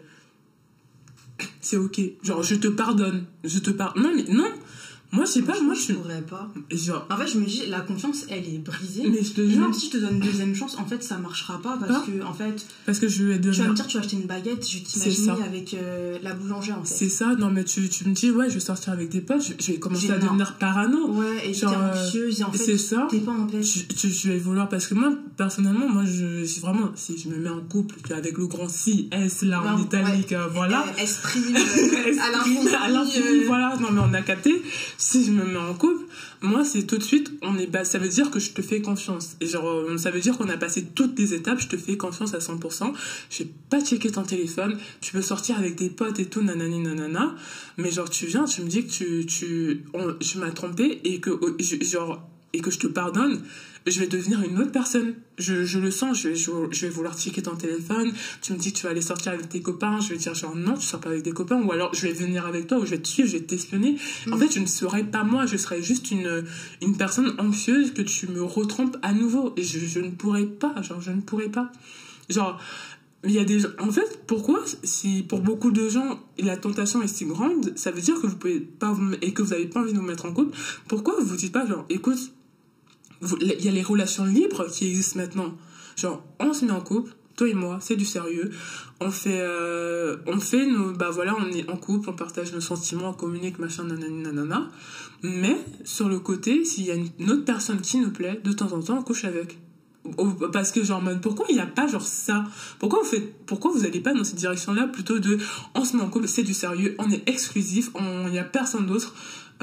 C'est ok. Genre, je te pardonne. Je te pardonne. Non, mais non! Moi, je sais pas, moi, je je pourrais pas. Genre... En fait, je me dis, la confiance, elle est brisée. Mais je te jure. Même si je te donne une deuxième chance, en fait, ça marchera pas parce ah. que, en fait. Parce que je vais devenir... Tu vas me dire, tu vas acheter une baguette, je vais t'imaginer avec euh, la boulangère, en fait. C'est ça, non, mais tu, tu me dis, ouais, je vais sortir avec des potes, je, je vais commencer J'ai à non. devenir parano. Ouais, et genre, t'es anxieuse, et en fait, c'est ça. T'es pas en paix. Je, je, je vais vouloir, parce que moi, personnellement, moi, je, je vraiment, si je me mets en couple, avec le grand si, S, là, en ouais, italique, ouais. euh, voilà. Euh, esprit, euh, à l'infini. À l'infini, euh... voilà, non, mais on a capté. Si je me mets en couple, moi c'est tout de suite on est bas, ça veut dire que je te fais confiance et genre ça veut dire qu'on a passé toutes les étapes, je te fais confiance à cent pour cent, je vais pas checker ton téléphone, tu peux sortir avec des potes et tout nanani nanana, mais genre tu viens, tu me dis que tu tu on, je m'as trompé et que je, genre et que je te pardonne, je vais devenir une autre personne. Je, je le sens, je vais, je, je vais vouloir checker ton téléphone. Tu me dis que tu vas aller sortir avec tes copains. Je vais dire genre non, tu sors pas avec des copains. Ou alors je vais venir avec toi, ou je vais te suivre, je vais t'espionner. Mmh. En fait, je ne serai pas moi. Je serai juste une, une personne anxieuse que tu me retrompes à nouveau. Et je, je ne pourrai pas. Genre, je ne pourrai pas. Genre, il y a des gens... En fait, pourquoi, si pour beaucoup de gens, la tentation est si grande, ça veut dire que vous pouvez pas... Et que vous n'avez pas envie de vous mettre en couple. Pourquoi vous dites pas genre, écoute... Il y a les relations libres qui existent maintenant. Genre, on se met en couple, toi et moi, c'est du sérieux. On fait, euh, on fait nos, bah voilà, on est en couple, on partage nos sentiments, on communique, machin, nanani, nanana. Mais, sur le côté, s'il y a une autre personne qui nous plaît, de temps en temps, on couche avec. Parce que genre, pourquoi il n'y a pas genre ça? Pourquoi vous faites, pourquoi vous n'allez pas dans cette direction-là plutôt de, on se met en couple, c'est du sérieux, on est exclusif, il n'y a personne d'autre.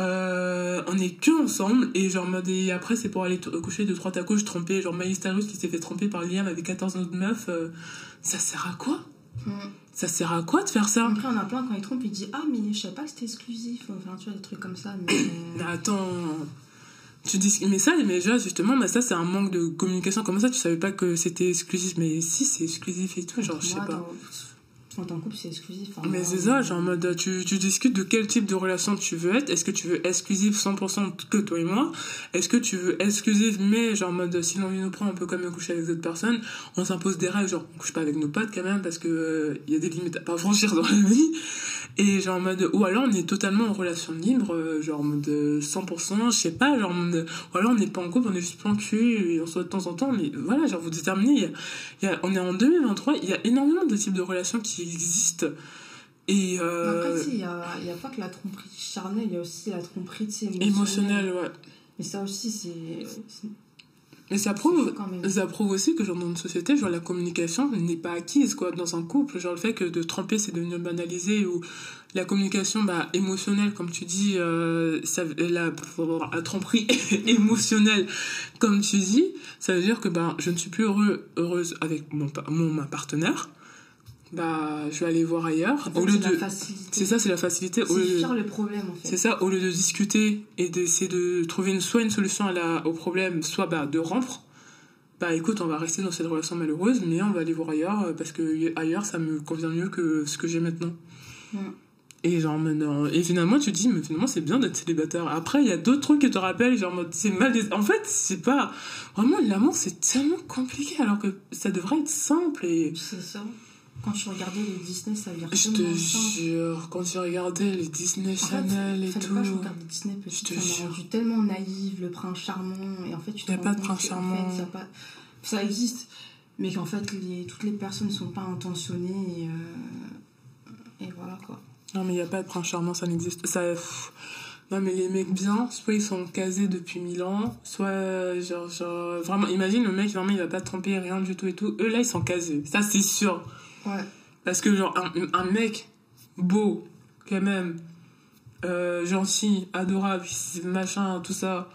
Euh, on est que ensemble et genre mode et après c'est pour aller t- coucher de trois à gauche tromper genre Miley Cyrus qui s'est fait tromper par Liam avec quatorze autres meufs, euh, ça sert à quoi? mm. Ça sert à quoi de faire ça? Après on a plein quand il trompe il dit ah mais je savais pas que c'était exclusif, enfin tu vois des trucs comme ça mais, mais attends tu dis mais ça mais déjà justement mais ça c'est un manque de communication. Comment ça tu savais pas que c'était exclusif? Mais si c'est exclusif et tout genre je sais pas dans... Quand en couple, c'est exclusif. Hein, mais c'est ça, genre en mode, tu, tu discutes de quel type de relation tu veux être. Est-ce que tu veux exclusif cent pour cent que toi et moi? Est-ce que tu veux exclusif, mais genre en mode, si l'envie nous prend, on peut quand même coucher avec d'autres personnes. On s'impose des règles, genre, on couche pas avec nos potes quand même, parce que euh, y a des limites à pas franchir dans la vie. Et genre en mode, ou alors on est totalement en relation libre, euh, genre en mode cent pour cent, je sais pas, genre en mode, ou alors on n'est pas en couple, on est juste plan cul, et on se voit de temps en temps, mais voilà, genre vous déterminez, y a, y a, on est en deux mille vingt-trois, il y a énormément de types de relations qui existent. Et euh... après, il n'y a, y a pas que la tromperie charnelle, il y a aussi la tromperie émotionnelle. émotionnelle, ouais. Mais ça aussi, c'est... c'est... Mais ça prouve, ça prouve aussi que genre dans une société, genre la communication n'est pas acquise quoi dans un couple, genre le fait que de tromper c'est devenu banalisé ou la communication bah émotionnelle comme tu dis, euh, ça, la, la tromperie émotionnelle comme tu dis, ça veut dire que bah je ne suis plus heureux, heureuse avec mon, mon ma partenaire. bah je vais aller voir ailleurs. En fait, Au lieu c'est de... la facilité. C'est ça, c'est la facilité. C'est au lieu de... fuir le problème, en fait. C'est ça, au lieu de discuter et d'essayer de trouver une, soit une solution à la, au problème, soit bah, de rompre, bah écoute, on va rester dans cette relation malheureuse, mais on va aller voir ailleurs, parce que ailleurs, ça me convient mieux que ce que j'ai maintenant. Mm. Et genre, maintenant, et finalement, tu te dis, mais finalement, c'est bien d'être célibataire. Après, il y a d'autres trucs qui te rappellent, genre, c'est mal. Des... En fait, c'est pas. Vraiment, l'amour, c'est tellement compliqué, alors que ça devrait être simple. Et... C'est ça. Quand je regardais les Disney, ça avait l'air Je tellement te simple. jure, quand tu regardais les Disney Channel et tout. tout. Pas, je regarde Disney petite, Je te ça m'a jure. rendu tellement naïve, le prince charmant. Et en fait, tu te Y a rends pas de compte prince qu'en charmant. fait, y a pas... Ça existe, mais qu'en fait, les... toutes les personnes ne sont pas intentionnées. Et, euh... et voilà, quoi. Non, mais il n'y a pas de prince charmant, ça n'existe ça pff. Non, mais les mecs bien, soit ils sont casés depuis mille ans, soit genre, genre vraiment, imagine le mec, vraiment il va pas te tromper, rien du tout et tout. Eux là, ils sont casés, ça c'est sûr. Ouais. Parce que genre un, un mec beau, quand même, euh, gentil, adorable, machin, tout ça,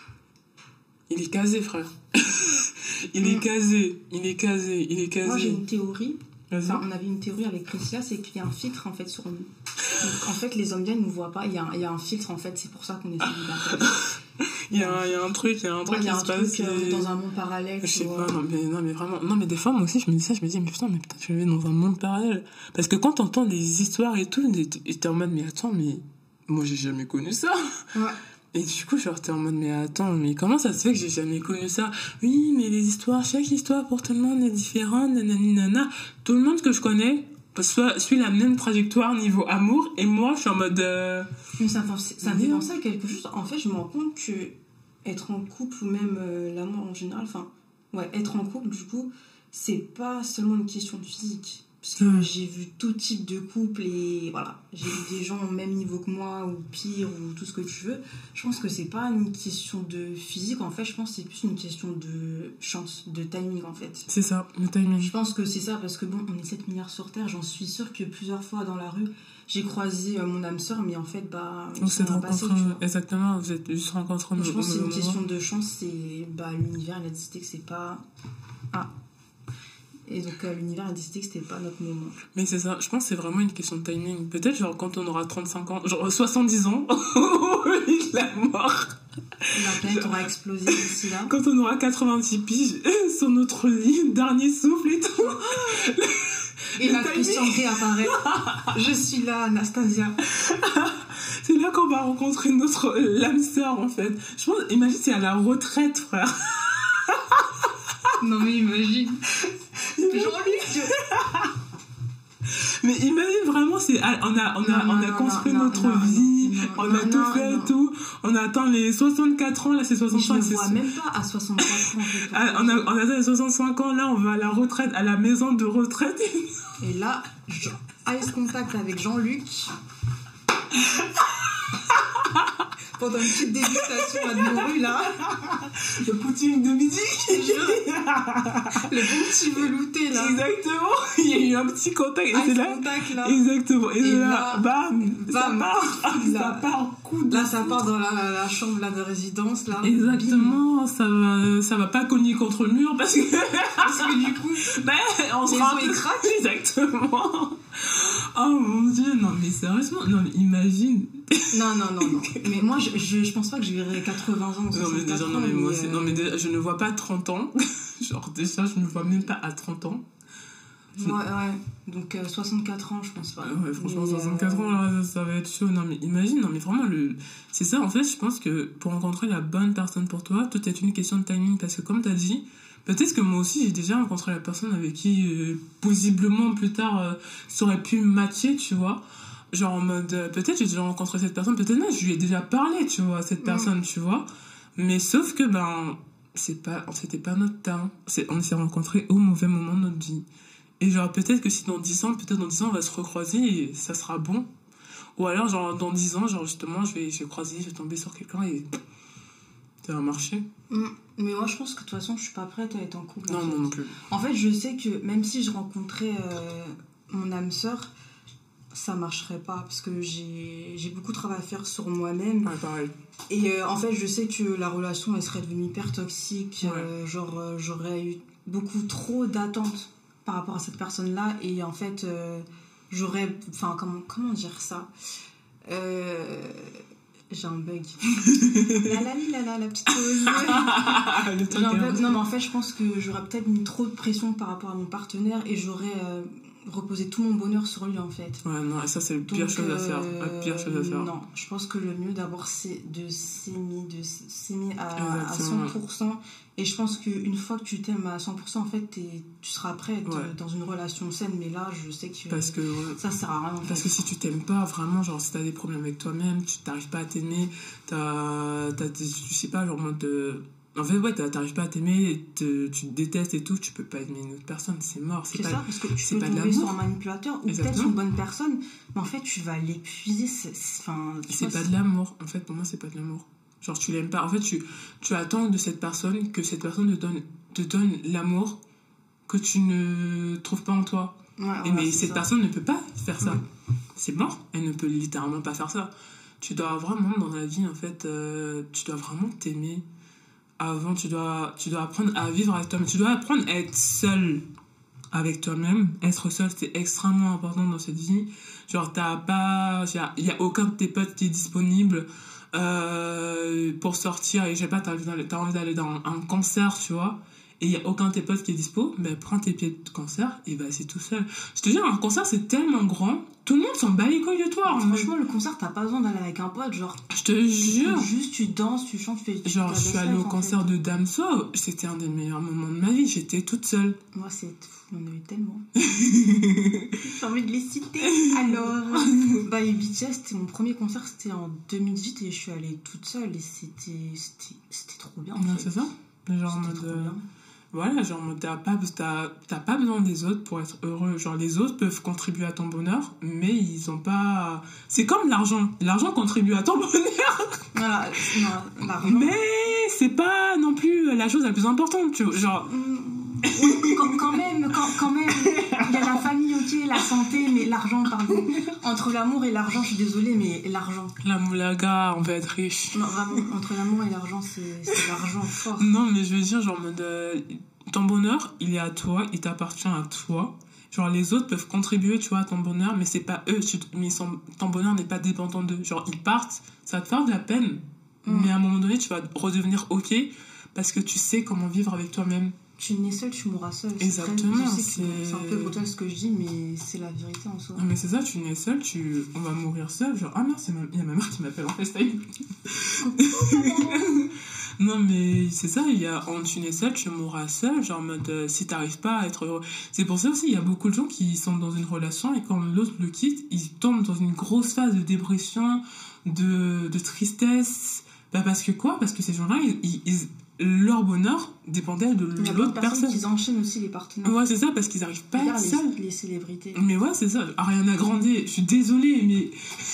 il est casé, frère. il est Mm. casé, il est casé, il est casé. Moi, j'ai une théorie. Vas-y. Enfin, on avait une théorie avec Priscilla, c'est qu'il y a un filtre en fait sur nous. Donc, en fait, les hommes bien ils nous voient pas. Il y a un, il y a un filtre en fait, c'est pour ça qu'on est célibataire. Il y, a un, il y a un truc, il y a un truc Ouais, il y a qui un se passe. truc euh, et- dans un monde parallèle. Je tu sais vois. pas, non mais, non mais vraiment, non mais des fois moi aussi je me dis ça, je me dis mais putain, mais putain tu vis dans un monde parallèle. Parce que quand t'entends des histoires et tout, t'es t'es en mode mais attends, mais moi j'ai jamais connu ça. Ouais. Et du coup genre t'es en mode mais attends, mais comment ça se fait que j'ai jamais connu ça? Oui mais les histoires, chaque histoire pour tout le monde est différente, nanani nana. Tout le monde que je connais soit suit la même trajectoire niveau amour et moi je suis en mode... Euh... Mais ça, ça me fait Bien. penser à quelque chose. En fait, je me rends compte que être en couple ou même euh, l'amour en général, enfin, ouais, être en couple, du coup, c'est pas seulement une question de physique. Parce que Mm. j'ai vu tout type de couple et voilà, j'ai vu des gens au même niveau que moi ou pire ou tout ce que tu veux. Je pense que c'est pas une question de physique, en fait, je pense que c'est plus une question de chance, de timing en fait. C'est ça, le timing. Je pense que c'est ça parce que bon, on est sept milliards sur Terre, j'en suis sûre que plusieurs fois dans la rue, j'ai croisé euh, mon âme sœur, mais en fait, bah, On s'est s'en a passé, rencontrés, tu vois. exactement, vous êtes juste rencontrés. Donc, je pense que c'est une au- au question moment. de chance, c'est bah, l'univers, il a décidé que c'est pas. Ah. Et donc euh, l'univers a décidé que c'était pas notre moment. Mais c'est ça, je pense que c'est vraiment une question de timing. Peut-être genre quand on aura trente-cinq ans, genre soixante-dix ans, la mort. La planète aura explosé d'ici là. Quand on aura quatre-vingt-dix piges sur notre lit, dernier souffle et tout. Et Le la timing. Christian Grey apparaît. Je suis là, Anastasia. C'est là qu'on va rencontrer notre l'âme sœur en fait. Je pense, imagine c'est à la retraite, frère. Non mais imagine. Jean-Luc. Mais imagine vraiment, c'est, ah, on a, on a, Non, on non, a non, construit non, notre non, vie, non, on non, a tout non, fait non. et tout. On attend les soixante-quatre ans, là c'est Je me soixante-cinq. c'est vois so- même pas à soixante-quatre ans. En fait. Ah, on, a, on attend les soixante-cinq ans, là on va à la retraite, à la maison de retraite. Et là, je... ice contact avec Jean-Luc. Pendant une petite dégustation là, de morue là. Le poutine de midi. Le bon petit velouté là. Exactement. Il y a eu un petit contact et c'est Ice là. contact là. Exactement. Et, Et là, là, bam, ça bam, part. là. Ça part en coup de Là, ça part dans la, la chambre là, de résidence là. Exactement, ça va, ça va pas cogner contre le mur parce que, Parce que du coup, ben, on les sera un os, peu- ils craquent. Exactement. Oh mon dieu, non mais sérieusement, non mais imagine. non, non, non, non. Mais moi, je, je, je pense pas que je verrai quatre-vingts ans. Non mais soixante-quatre déjà, non ans, mais moi mais, aussi, euh, non mais déjà, je ne vois pas trente ans. Genre déjà, je me vois même pas à trente ans. Ouais, ouais. Donc euh, soixante-quatre ans, je pense pas. Ouais, franchement, Mais, soixante-quatre euh, ans, là, ça, ça va être chaud. Non, mais imagine, non, mais vraiment, le... c'est ça, en fait, je pense que pour rencontrer la bonne personne pour toi, tout est une question de timing. Parce que, comme t'as dit, peut-être que moi aussi, j'ai déjà rencontré la personne avec qui, euh, possiblement, plus tard, euh, ça aurait pu matcher, tu vois. Genre, en mode, euh, peut-être j'ai déjà rencontré cette personne, peut-être même, je lui ai déjà parlé, tu vois, à cette personne, tu vois. Mais sauf que, ben, c'est pas, c'était pas notre temps. C'est, on s'est rencontrés au mauvais moment de notre vie. Et genre, peut-être que si dans dix ans, peut-être dans dix ans, on va se recroiser et ça sera bon. Ou alors, genre, dans dix ans, genre, justement, je vais, je vais croiser, je vais tomber sur quelqu'un et ça va marcher. Mm. Mais moi, je pense que de toute façon, je suis pas prête à être en couple. Non, en fait. moi non plus. En fait, je sais que même si je rencontrais euh, mon âme sœur, ça marcherait pas parce que j'ai, j'ai beaucoup de travail à faire sur moi-même. Ouais, pareil. Et euh, en fait, je sais que la relation, elle serait devenue hyper toxique. Ouais. Euh, genre, euh, j'aurais eu beaucoup trop d'attentes par rapport à cette personne-là et en fait, euh, j'aurais... Enfin, comment, comment dire ça euh, J'ai un bug. la la la la la petite pause. J'ai un bug. Non, mais en fait, je pense que j'aurais peut-être mis trop de pression par rapport à mon partenaire et j'aurais euh, reposé tout mon bonheur sur lui, en fait. Ouais, non, et ça, c'est le pire Donc, chose à faire. euh, La pire chose à faire. Non, je pense que le mieux d'abord, c'est de s'aimer, de s'aimer à, à cent pour cent. Et je pense qu'une fois que tu t'aimes à cent pour cent, en fait, t'es, tu seras prêt à être ouais. dans une relation saine. Mais là, je sais que, Parce que ouais. ça sert à rien. Parce fait. que si tu t'aimes pas, vraiment, genre, si t'as des problèmes avec toi-même, tu t'arrives pas à t'aimer, t'as, t'as, tu sais pas, genre, mode de... En fait, ouais, t'arrives pas à t'aimer, te, tu te détestes et tout, tu peux pas aimer une autre personne, c'est mort. C'est, c'est pas, ça, parce que tu c'est peux pas tomber sur un manipulateur ou Exactement. peut-être une bonne personne, mais en fait, tu vas l'épuiser. C'est, c'est, enfin, c'est vois, pas c'est... de l'amour. En fait, pour moi, c'est pas de l'amour. Genre, tu l'aimes pas. En fait, tu, tu attends de cette personne que cette personne te donne, te donne l'amour que tu ne trouves pas en toi. Ouais, et ouais, mais cette ça. personne ne peut pas faire ça. Ouais. C'est mort. Elle ne peut littéralement pas faire ça. Tu dois vraiment, dans la vie, en fait, euh, tu dois vraiment t'aimer. Avant, tu dois, tu dois apprendre à vivre avec toi-même. Tu dois apprendre à être seul avec toi-même. Être seul, c'est extrêmement important dans cette vie. Genre, t'as pas... Il n'y a aucun de tes potes qui est disponible euh, pour sortir. Et je sais pas, t'as envie d'aller, t'as envie d'aller dans un concert, tu vois. Et il n'y a aucun de tes potes qui est dispo. Ben, prends tes pieds de concert et vas-y tout seul. Je te dis, un concert, c'est tellement grand. Tout le monde s'en bat les couilles de toi. Mais franchement, le concert, t'as pas besoin d'aller avec un pote, genre... Je te jure. Juste, tu danses, tu chantes, tu fais... Tu genre, je suis allée au concert de Damso. C'était un des meilleurs moments de ma vie. J'étais toute seule. Moi, c'est... On en a eu tellement. J'ai envie de les citer. Alors... Bah, les B T S, c'était mon premier concert. C'était en deux mille dix-huit et je suis allée toute seule. Et c'était... C'était, c'était trop bien, en non, fait. c'est ça. Genre, c'était en mode... trop bien. Voilà, genre, t'as pas, t'as, t'as pas besoin des autres pour être heureux. Genre, les autres peuvent contribuer à ton bonheur, mais ils ont pas... C'est comme l'argent. L'argent contribue à ton bonheur. Voilà, non, l'argent... Mais c'est pas non plus la chose la plus importante, tu vois. Genre... Ouais, quand, quand même, quand, quand même, il y a la famille, ok, la santé, mais l'argent, pardon. Entre l'amour et l'argent, je suis désolée, mais l'argent. L'amour, la gars, on va être riche. Non, vraiment, entre l'amour et l'argent, c'est, c'est l'argent fort. Non, mais je veux dire, genre, mode, euh, ton bonheur, il est à toi, il t'appartient à toi. Genre, les autres peuvent contribuer, tu vois, à ton bonheur, mais c'est pas eux, tu, mais son, ton bonheur n'est pas dépendant d'eux. Genre, ils partent, ça va te faire de la peine, mm. mais à un moment donné, tu vas redevenir ok, parce que tu sais comment vivre avec toi-même. Tu nais seul, tu mourras seul. Exactement. C'est, très, c'est... c'est un peu brutal ce que je dis, mais c'est la vérité en soi. Mais c'est ça, tu nais seul, tu... on va mourir seul. Genre, ah merde, c'est ma... il y a ma mère qui m'appelle en FaceTime. Non, mais c'est ça, il y a... tu nais seul, tu mourras seul. Genre, en mode, euh, si t'arrives pas à être heureux. C'est pour ça aussi, il y a beaucoup de gens qui sont dans une relation et quand l'autre le quitte, ils tombent dans une grosse phase de dépression, de, de tristesse. Bah, parce que quoi ? Parce que ces gens-là, ils. ils, ils... leur bonheur dépendait de l'autre personne. Il y a d'autres personnes qui enchaînent aussi les partenaires. Ouais, c'est ça, parce qu'ils n'arrivent pas à être seuls. Les célébrités. Mais ouais, c'est ça. Ariana Grande, je suis désolée, mais...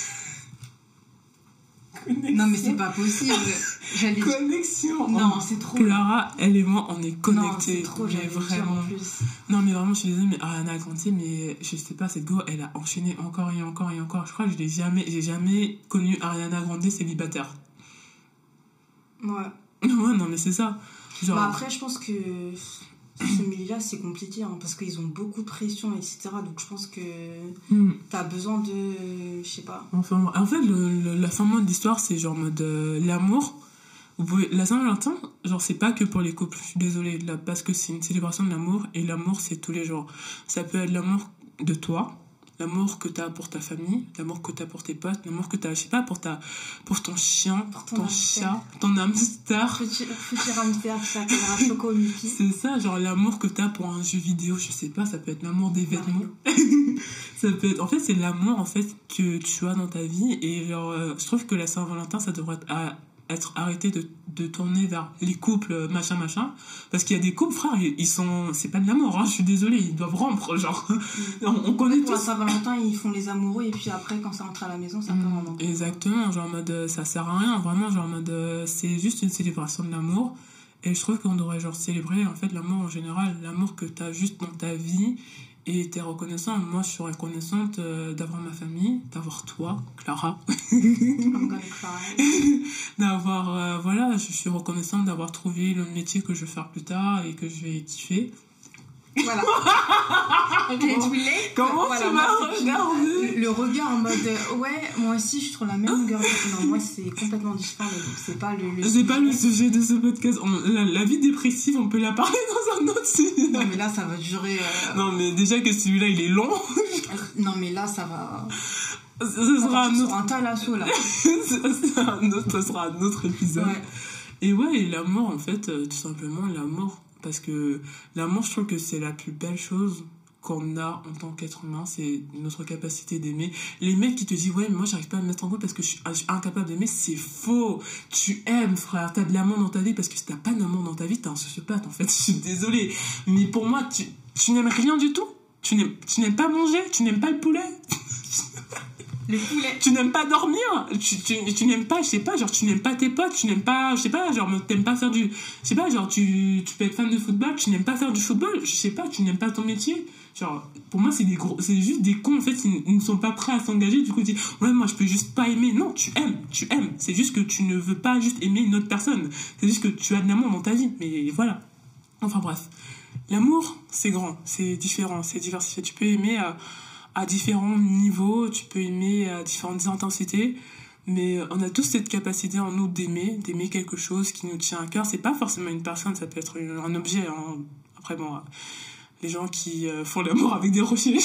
Connexion. Non, mais c'est pas possible. J'allais... Connexion. Non, c'est trop. Clara, elle et moi, on est connectés. Non, c'est trop, mais vraiment. Plus. Non, mais vraiment, je suis désolée, mais Ariana Grande, mais je sais pas, cette go, elle a enchaîné encore et encore et encore. Je crois que je l'ai jamais, j'ai jamais connu Ariana Grande célibataire. Ouais. Ouais, non, mais c'est ça. Genre... Bah après, je pense que ce milieu-là, c'est compliqué, hein, parce qu'ils ont beaucoup de pression, et cetera. Donc, je pense que mm. t'as besoin de... Je sais pas. Enfin, en fait, le, le, la fin de l'histoire, c'est genre mode euh, l'amour. Vous pouvez... La Saint-Valentin, genre, c'est pas que pour les couples. Je suis désolée, là, parce que c'est une célébration de l'amour, et l'amour, c'est tous les jours. Ça peut être l'amour de toi, l'amour que t'as pour ta famille, l'amour que t'as pour tes potes, l'amour que t'as, je sais pas, pour ta, pour ton chien, pour ton, ton chat, ton hamster. Petit, petit hamster qui s'appelle un Choco Mickey. C'est ça, genre l'amour que t'as pour un jeu vidéo, je sais pas, ça peut être l'amour des vêtements. Ça peut être, en fait, c'est l'amour, en fait, que tu as dans ta vie, et genre, euh, je trouve que la Saint-Valentin, ça devrait être, à, être arrêté de, de tourner vers les couples, machin, machin. Parce qu'il y a des couples, frère, ils, ils sont... C'est pas de l'amour, hein, je suis désolée, ils doivent rompre, genre. on, on connaît pour tous. la Saint-Valentin, ils font les amoureux, et puis après, quand ça rentre à la maison, ça part en mmh, exactement, genre en mode, ça sert à rien, vraiment, genre en mode, c'est juste une célébration de l'amour. Et je trouve qu'on devrait, genre, célébrer, en fait, l'amour en général, l'amour que t'as juste dans ta vie. Et t'es reconnaissant. Moi, je suis reconnaissante euh, d'avoir ma famille, d'avoir toi, Clara. I'm gonna cry. D'avoir, euh, voilà, je suis reconnaissante d'avoir trouvé le métier que je vais faire plus tard et que je vais kiffer. Voilà. Can't relate. Comment voilà, tu m'as regardé? Le, le regard en mode euh, ouais, moi aussi je suis sur la même longueur. Non, moi c'est complètement différent. C'est pas le. le c'est pas le sujet de ce podcast. On, la, la vie dépressive, on peut la parler dans un autre sujet. Non mais là ça va durer. Euh... Non mais déjà que celui-là il est long. Non mais là ça va. Ce sera un autre. Un talasso là. Ce sera un autre, ce sera un autre épisode. Ouais. Et ouais, et l'amour en fait, euh, tout simplement l'amour. Parce que l'amour, je trouve que c'est la plus belle chose qu'on a en tant qu'être humain, c'est notre capacité d'aimer. Les mecs qui te disent ouais mais moi j'arrive pas à me mettre en couple parce que je suis, je suis incapable d'aimer, c'est faux. Tu aimes, frère, t'as de l'amour dans ta vie, parce que si t'as pas d'amour dans ta vie, t'es un sociopathe en fait. Je suis désolée, mais pour moi tu, tu n'aimes rien du tout. Tu n'aimes, tu n'aimes pas manger, tu n'aimes pas le poulet. Le poulet. Tu n'aimes pas dormir, tu, tu, tu n'aimes pas, je sais pas, genre tu n'aimes pas tes potes, tu n'aimes pas, je sais pas, genre t'aimes pas faire du, je sais pas, genre tu, tu peux être fan de football, tu n'aimes pas faire du football, je sais pas, tu n'aimes pas ton métier. Genre, pour moi, c'est des gros, c'est juste des cons, en fait, ils, ils ne sont pas prêts à s'engager, du coup, ils disent, ouais, moi, je peux juste pas aimer. Non, tu aimes, tu aimes. C'est juste que tu ne veux pas juste aimer une autre personne. C'est juste que tu as de l'amour dans ta vie. Mais voilà. Enfin, bref. L'amour, c'est grand, c'est différent, c'est diversifié. Tu peux aimer à, à différents niveaux, tu peux aimer à différentes intensités. Mais on a tous cette capacité en nous d'aimer, d'aimer quelque chose qui nous tient à cœur. C'est pas forcément une personne, ça peut être un objet. Hein. Après, bon, les gens qui euh, font l'amour avec des rochers.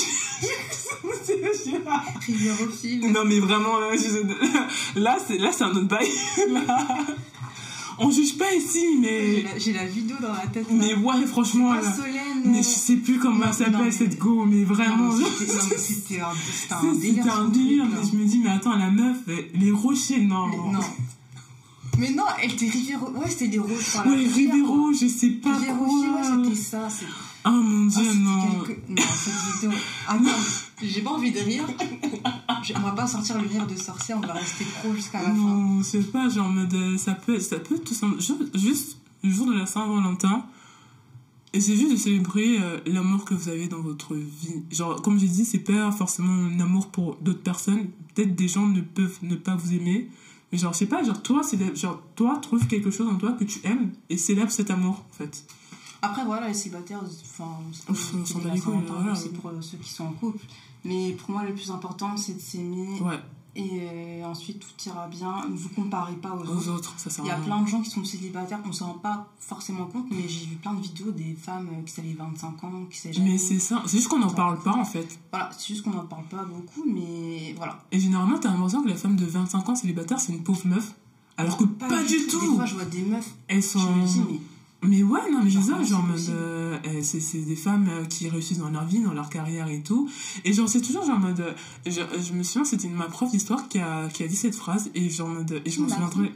Rivière-au-fil. Non, mais vraiment, là, je... là, c'est, là, c'est un autre bail. Là... On juge pas ici, mais... J'ai la, j'ai la vidéo dans la tête. Là. Mais ouais, franchement, là... Solène, mais je sais plus comment elle s'appelle, mais... cette go, mais vraiment... Non, c'était, non, c'était un, c'était un c'était délire. C'était un délire, mais je me dis, mais attends, la meuf, les rochers, non. Les, non. Mais non, elle était Rivière... Ouais, c'était des roches. Enfin, ouais, Rivière, je sais pas Rivière quoi. Ouais, c'était ça. C'est... Oh mon dieu, ah, non. Quelque... Non, cette vidéo... Ah non, j'ai pas envie de rire. On va pas sortir le rire de sorcière, on va rester pro jusqu'à la non, fin. Non, je sais pas, genre en mode... Ça peut, ça peut tout simplement... Juste le jour de la Saint-Valentin, et c'est juste de célébrer euh, l'amour que vous avez dans votre vie. Genre, comme j'ai dit, c'est pas forcément un amour pour d'autres personnes. Peut-être des gens ne peuvent ne pas vous aimer. Mais genre, je sais pas, genre toi, c'est, genre, toi, trouve quelque chose en toi que tu aimes et célèbre cet amour, en fait. Après, voilà, les célibataires, enfin, c'est pas on s'en bat les couilles, voilà. C'est pour euh, ceux qui sont en couple. Mais pour moi, le plus important, c'est de s'aimer. Ouais. Et euh, ensuite, tout ira bien. Ne vous comparez pas aux, aux autres. autres. Ça sert Il y a rien. plein de gens qui sont célibataires, on s'en rend pas forcément compte, mais j'ai vu plein de vidéos des femmes qui avaient vingt-cinq ans, qui savaient jamais. Mais c'est ça, c'est juste qu'on n'en parle pas, en fait. Voilà, c'est juste qu'on n'en parle pas beaucoup, mais voilà. Et généralement, t'as l'impression que la femme de vingt-cinq ans célibataire, c'est une pauvre meuf. Alors que pas, pas du tout. tout. Des fois, je vois des meufs. Elles sont. Je me dis, mais. Mais ouais, non, mais genre, c'est ça, genre, c'est, mode, euh, c'est, c'est des femmes euh, qui réussissent dans leur vie, dans leur carrière et tout. Et genre, c'est toujours genre, en mode, euh, je, je me souviens, c'était ma prof d'histoire qui a, qui a dit cette phrase, et genre, mode, et je m'en souviendrai.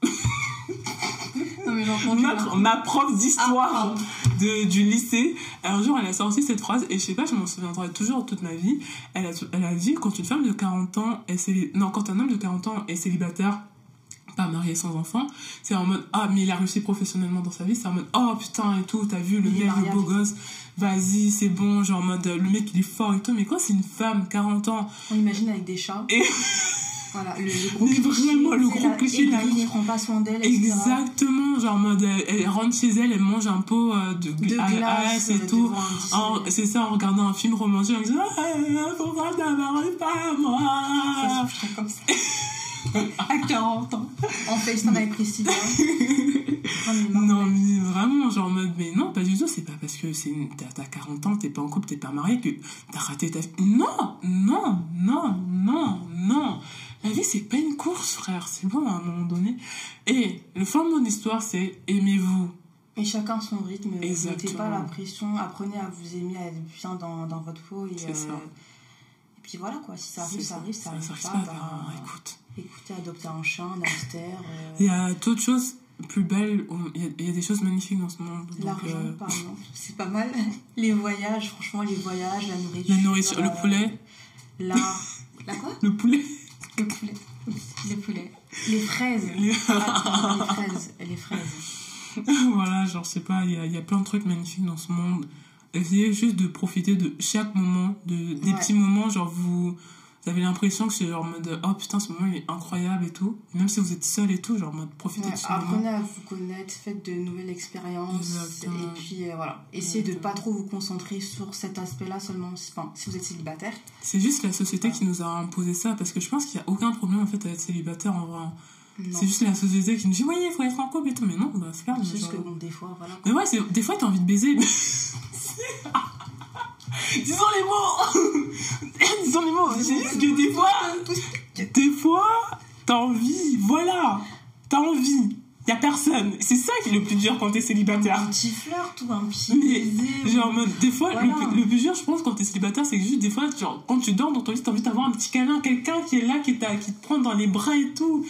Non, mais genre, ma, ma prof d'histoire ah, de, du lycée, un jour, elle a sorti cette phrase, et je sais pas, je m'en souviendrai toujours toute ma vie. Elle a, elle a dit, quand une femme de quarante ans est célib... non, quand un homme de quarante ans est célibataire, pas marié sans enfant, c'est en mode ah mais il a réussi professionnellement dans sa vie, c'est en mode oh putain et tout, t'as vu le mec le beau gosse, vas-y c'est bon, genre en mode le mec il est fort et tout. Mais quoi, c'est une femme quarante ans, on imagine avec des chats et voilà le, le gros mais cliché, vraiment le gros cliché là, il prend pas soin d'elle, exactement, genre en mode elle, elle rentre chez elle, elle mange un pot euh, de, de glace et tout en, c'est ça, en regardant un film romantique en disant ah, pourquoi t'arrives pas à moi, ça souffrait comme ça à quarante ans en FaceTime avec Priscilla. Non mais vraiment, genre en mode mais non, pas du tout, c'est pas parce que c'est une, t'as, t'as quarante ans, t'es pas en couple, t'es pas marié que t'as raté ta vie. Non, non, non, non, non. La vie c'est pas une course, frère, c'est bon à un moment donné. Et le fond de mon histoire c'est aimez-vous. Et chacun son rythme, mettez pas la pression, apprenez à vous aimer, à être bien dans, dans votre peau et, c'est euh, ça. Et puis voilà quoi, si ça arrive, ça, ça arrive, ça, ça arrive pas, pas, pas bah, bah, écoute. Écoutez, adopter un chien, un hamster. Euh... Il y a d'autres choses plus belles, il y a, il y a des choses magnifiques dans ce monde. L'argent, euh... par exemple, c'est pas mal. Les voyages, franchement, les voyages, la nourriture. La nourriture, euh, le poulet. L'art. La quoi? Le poulet. Le poulet. Le poulet. Les fraises. Les, ah, les fraises. Les fraises. Voilà, genre, je sais pas, il y a, il y a plein de trucs magnifiques dans ce monde. Essayez juste de profiter de chaque moment, de, des ouais. petits moments, genre vous... Vous t'avais l'impression que c'est genre en mode oh putain ce moment il est incroyable et tout, et même si vous êtes seul et tout, genre en mode profitez Ouais, de ce apprenez moment. à vous connaître, faites de nouvelles expériences. Exactement. Et puis euh, voilà, essayez de pas trop vous concentrer sur cet aspect-là seulement, enfin, si vous êtes célibataire. C'est juste la société qui nous a imposé ça, parce que je pense qu'il y a aucun problème en fait à être célibataire en vrai. Non. C'est juste la société qui nous dit oui il faut être en couple et tout, mais non bah c'est pas C'est juste genre... que bon, des fois, voilà. mais ouais, c'est... des fois t'as envie de baiser. Disons les mots. Disons les mots. C'est juste que des fois, des fois, t'as envie, voilà, t'as envie. Y a personne. C'est ça qui est le plus dur quand t'es célibataire. Un petit flirt ou un petit Mais, baiser. genre, en mode, des fois, Voilà. le, le plus dur, je pense, quand t'es célibataire, c'est que juste des fois, genre, quand tu dors dans ton lit, t'as envie d'avoir un petit câlin, quelqu'un qui est là, qui, t'a, qui te prend dans les bras et tout.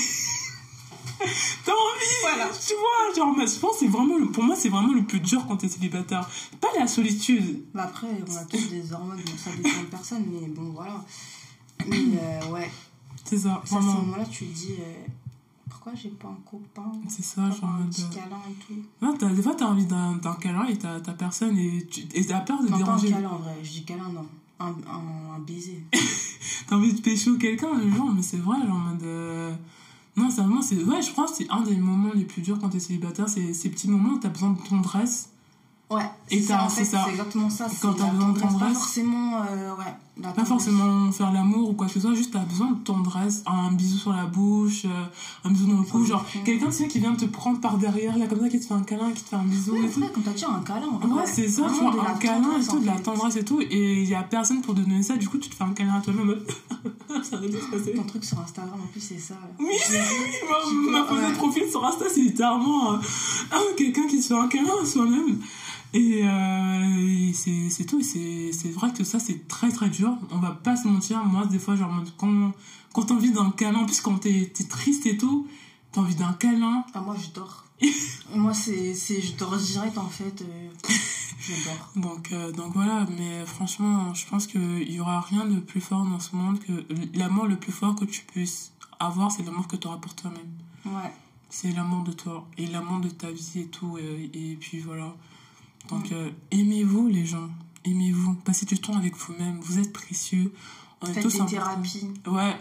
T'as envie, Voilà. tu vois, genre, mais je pense que c'est vraiment, le, pour moi, c'est vraiment le plus dur quand t'es célibataire. Pas la solitude. Bah après, on a tous des hormones, bon, ça dépend de personne, mais bon, voilà. Mais euh, ouais, C'est ça, c'est à ce vraiment. moment-là, tu te dis, euh, pourquoi j'ai pas un copain? C'est ça, Pourquoi genre, pas en un mode, petit euh, câlin et tout. non, t'as, des fois, t'as envie d'un, d'un câlin et t'as, t'as personne et, tu, et t'as peur de Non, pas un déranger. câlin en vrai, je dis câlin, non. Un, un, un baiser. T'as envie de pécho quelqu'un, le genre, mais c'est vrai, genre, en mode. Euh... Non, c'est vraiment. C'est... Ouais, je pense que c'est un des moments les plus durs quand t'es célibataire, c'est ces petits moments où t'as besoin de tendresse. Ouais, Et c'est t'as- ça, en c'est fait, ça. c'est exactement ça. Quand c'est t'as la besoin de tendresse, tendresse. Pas forcément, euh, ouais, la Pas tendresse. forcément faire l'amour ou quoi que ce soit, juste t'as besoin de tendresse, un bisou sur la bouche, euh, un bisou dans le cou, genre quelqu'un tu sais qui vient te prendre par derrière, là comme ça, qui te fait un câlin, qui te fait un bisou Ouais, et tout. ouais, comme t'as dit, un câlin. Ouais, c'est ça, tu vraiment de vois, la un câlin et tendresse, tout, de la en fait. tendresse et tout, et il y a personne pour te donner ça, du coup tu te fais un câlin à toi-même en mode ça va bien se passer. Ton truc sur Instagram, en plus, c'est ça. là. Oui, oui, oui, ma, ma photo Ouais. de profil sur Insta, c'est littéralement euh, ah, quelqu'un qui se fait un câlin à soi-même. Et, euh, et c'est, c'est tout. Et c'est, c'est vrai que ça, c'est très très dur. On va pas se mentir. Moi, des fois, genre, quand, quand t'as envie d'un câlin, en plus, quand t'es, t'es triste et tout, t'as envie d'un câlin. Ah, moi, je dors. Moi, c'est, c'est, je dors direct, en fait. euh, je dors. Donc, euh, donc voilà. Mais franchement, je pense qu'il y aura rien de plus fort dans ce monde que l'amour le plus fort que tu puisses avoir, c'est l'amour que tu auras pour toi-même. Ouais. C'est l'amour de toi et l'amour de ta vie et tout. Et, et puis voilà. Donc, euh, aimez-vous, les gens. Aimez-vous. Passez du temps avec vous-même. Vous êtes précieux. On est Faites tous des importants. thérapies. Ouais.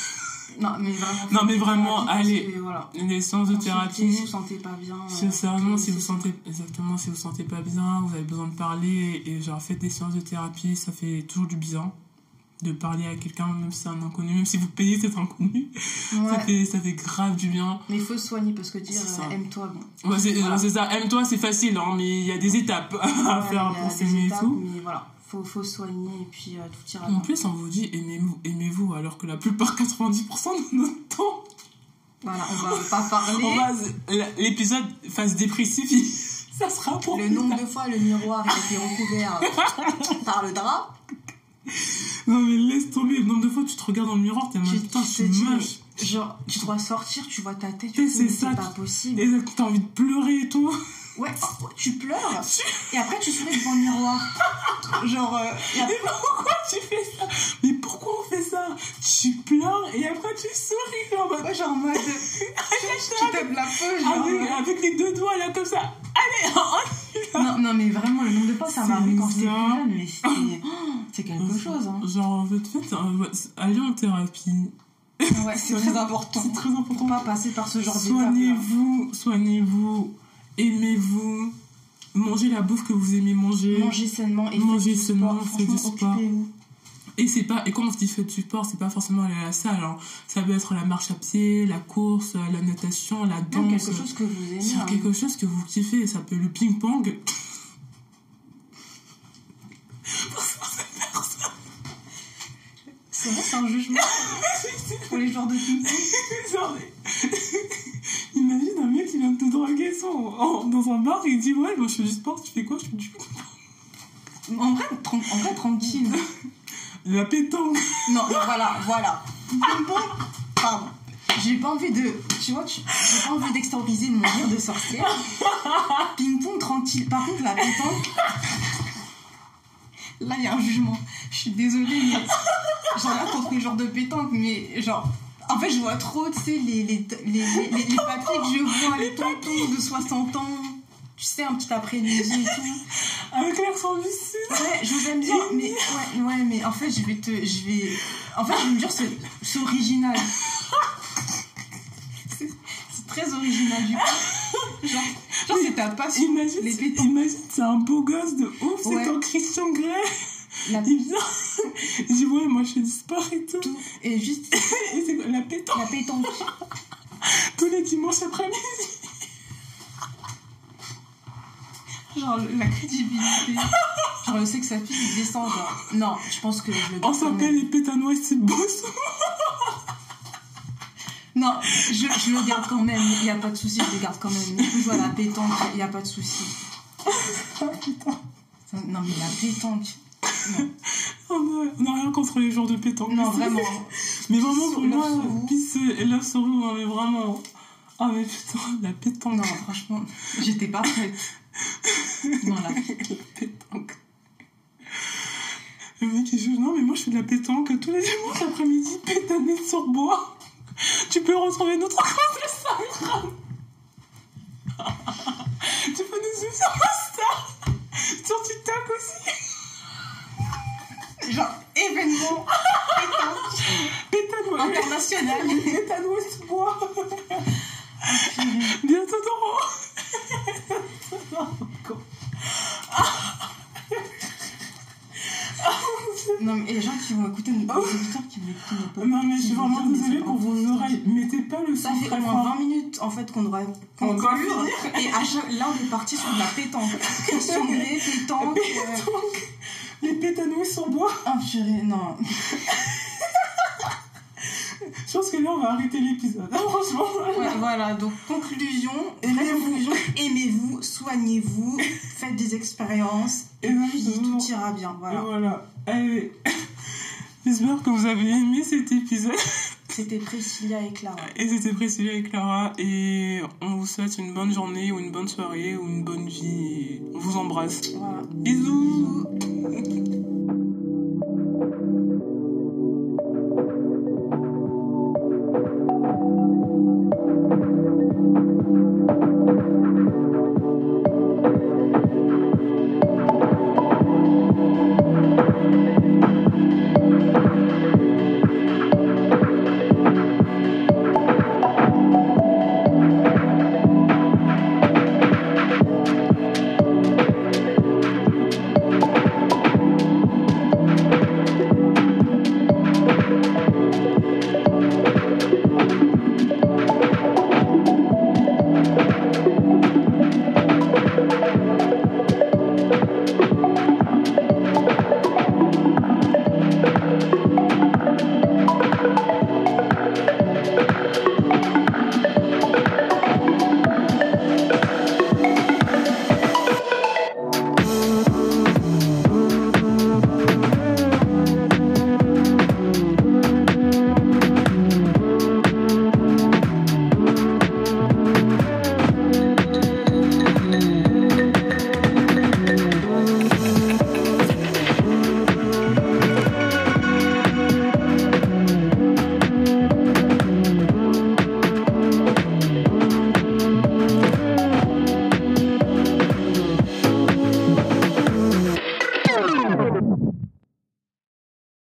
Non, mais vraiment. Non, faites mais des vraiment, thérapies parce allez. que, voilà. Les séances de thérapie. Si vous vous sentez pas bien. euh, Sincèrement, si vous c'est- sentez exactement si vous sentez pas bien, vous avez besoin de parler et, et genre faites des séances de thérapie, ça fait toujours du bien de parler à quelqu'un, même si c'est un inconnu, même si vous payez cet inconnu, ça Ouais. fait ça fait grave du bien. Mais il faut se soigner parce que dire C'est ça. euh, aime-toi, bon. Ouais, c'est, Voilà. c'est ça. Aime-toi, c'est facile, hein, mais il y a des étapes à Ouais, faire il y a pour des s'aimer et étapes, tout. Mais voilà, faut, faut se soigner et puis euh, tout ira En bien. plus, on vous dit aimez-vous, aimez-vous, alors que la plupart, quatre-vingt-dix pour cent de notre temps, Voilà, on va pas parler. on va, l'épisode phase dépressif, il- ça sera pour Le plus nombre tard. de fois le miroir a été recouvert par le drap. Non mais laisse tomber, le nombre de fois tu te regardes dans le miroir, t'es en mode Tu, putain, tu je te suis dis, moche. mais, genre, tu dois sortir, tu vois ta tête, Et tu te dis, c'est mais ça c'est pas qui- possible. Et t'as envie de pleurer et tout. Ouais, oh, tu pleures, et après tu souris devant le miroir. Genre, euh, et après- Mais pourquoi tu fais ça? Mais pourquoi on fait ça? Tu pleures et après tu souris, genre, en mode- ouais, genre en mode, tu tapes la peau, genre. avec, euh, avec les deux doigts là comme ça. Allez, on Non, non, mais vraiment, le nombre de fois, ça C'est m'a arrivé quand j'étais plus bizarre. jeune, mais c'était, oh, c'est quelque chose, hein. Genre, en fait, faites un- aller en thérapie. Ouais, c'est très important. C'est très important. Faut pas passer par ce genre d'étape. Soignez-vous, soignez-vous, aimez-vous, mangez la bouffe que vous aimez manger. Mangez sainement et Mangez faites du sainement, sport. faites du Franchement, sport. occupez-vous. Et c'est pas, et quand on se dit faites du sport, c'est pas forcément aller à la salle, hein. Ça peut être la marche à pied, la course, la natation, la Même danse. quelque chose que vous aimez. C'est hein. quelque chose que vous kiffez, ça peut le ping-pong. C'est vrai, c'est un jugement pour les joueurs de ping-pong. Genre, mais- imagine un mec qui vient de te draguer son, en- dans un bar et il dit ouais, moi je fais du sport, tu fais quoi? Je fais du En vrai, tran- en vrai, tranquille. la pétanque. Non, non, voilà, voilà. Ping-pong, pardon. J'ai pas envie de. Tu vois, tu- j'ai pas envie d'extérioriser mon rire de sorcière. Ping-pong, tranquille. Par contre, la pétanque. Là, il y a un jugement. Je suis désolée, mais. J'en ai contre les genres de pétanque, mais genre. En fait, je vois trop, tu sais, les, les, les, les, les papiers que je vois, les tontons de soixante ans. tu sais, un petit après-midi et tout. Avec l'accent du sud. Ouais, je vous aime bien, mais ouais, ouais, mais en fait, je vais te, je vais, en fait, je vais me dire, c'est, c'est original. C'est, c'est très original du coup. Genre, genre c'est ta passion. Imagine, les pétanques. imagine, c'est un beau gosse de ouf, Ouais. c'est ton Christian Grey. La Il vient, il dit ouais, moi je fais du sport et tout. tout et juste Et c'est quoi, la pétanque la pétanque. tous les dimanches après-midi. Genre la crédibilité. Genre le sexe à il descend. Genre non, je pense que je le On garde quand s'appelle même. les pétanois, c'est beau ça. Non, je, je le garde quand même. Il y a pas de souci, je le garde quand même. Il peut jouer à la pétanque, il y a pas de souci. Ah putain. Non mais la pétanque. Non, On a, on a rien contre les joueurs de pétanque. non mais c'est- vraiment. Mais vraiment pour Love moi, sur vous. Peace et Love sur vous, hein, mais vraiment. Ah mais putain, la pétanque. Non, franchement, j'étais pas prête. Non, là. La pétanque. Le mec il joue, non mais moi je fais de la pétanque tous les dimanches après-midi, pétané sur bois. Tu peux retrouver notre compte Instagram. Tu peux nous suivre sur Insta, sur TikTok aussi. Genre, événement pétanque Pétanois. international. Pétanois sous bois. Bientôt dans Non, mais il y a des gens qui vont écouter, nos auditeurs qui vont écouter nos podcasts. Non mais je suis qui vont vraiment dire, mais désolée c'est pour vos impossible. oreilles. Mettez pas le Ça son fait très au moins fort. vingt minutes en fait qu'on doit On doit conclure. Et à chaque... là, on est parti sur de la pétanque. Christian Grey, pétanque. euh, Pétanque. Les pétanois sur bois. Oh purée, non. Je pense que là on va arrêter l'épisode. Franchement. Ouais, voilà, donc conclusion, Aimez-vous. conclusion, aimez-vous, soignez-vous, faites des expériences, et puis Exactement. tout ira bien. Et Voilà. voilà. Allez. J'espère que vous avez aimé cet épisode. C'était Priscilla et Clara. Et c'était Priscilla et Clara. Et on vous souhaite une bonne journée ou une bonne soirée ou une bonne vie. Et on vous embrasse. Voilà. Bisous. Bisous.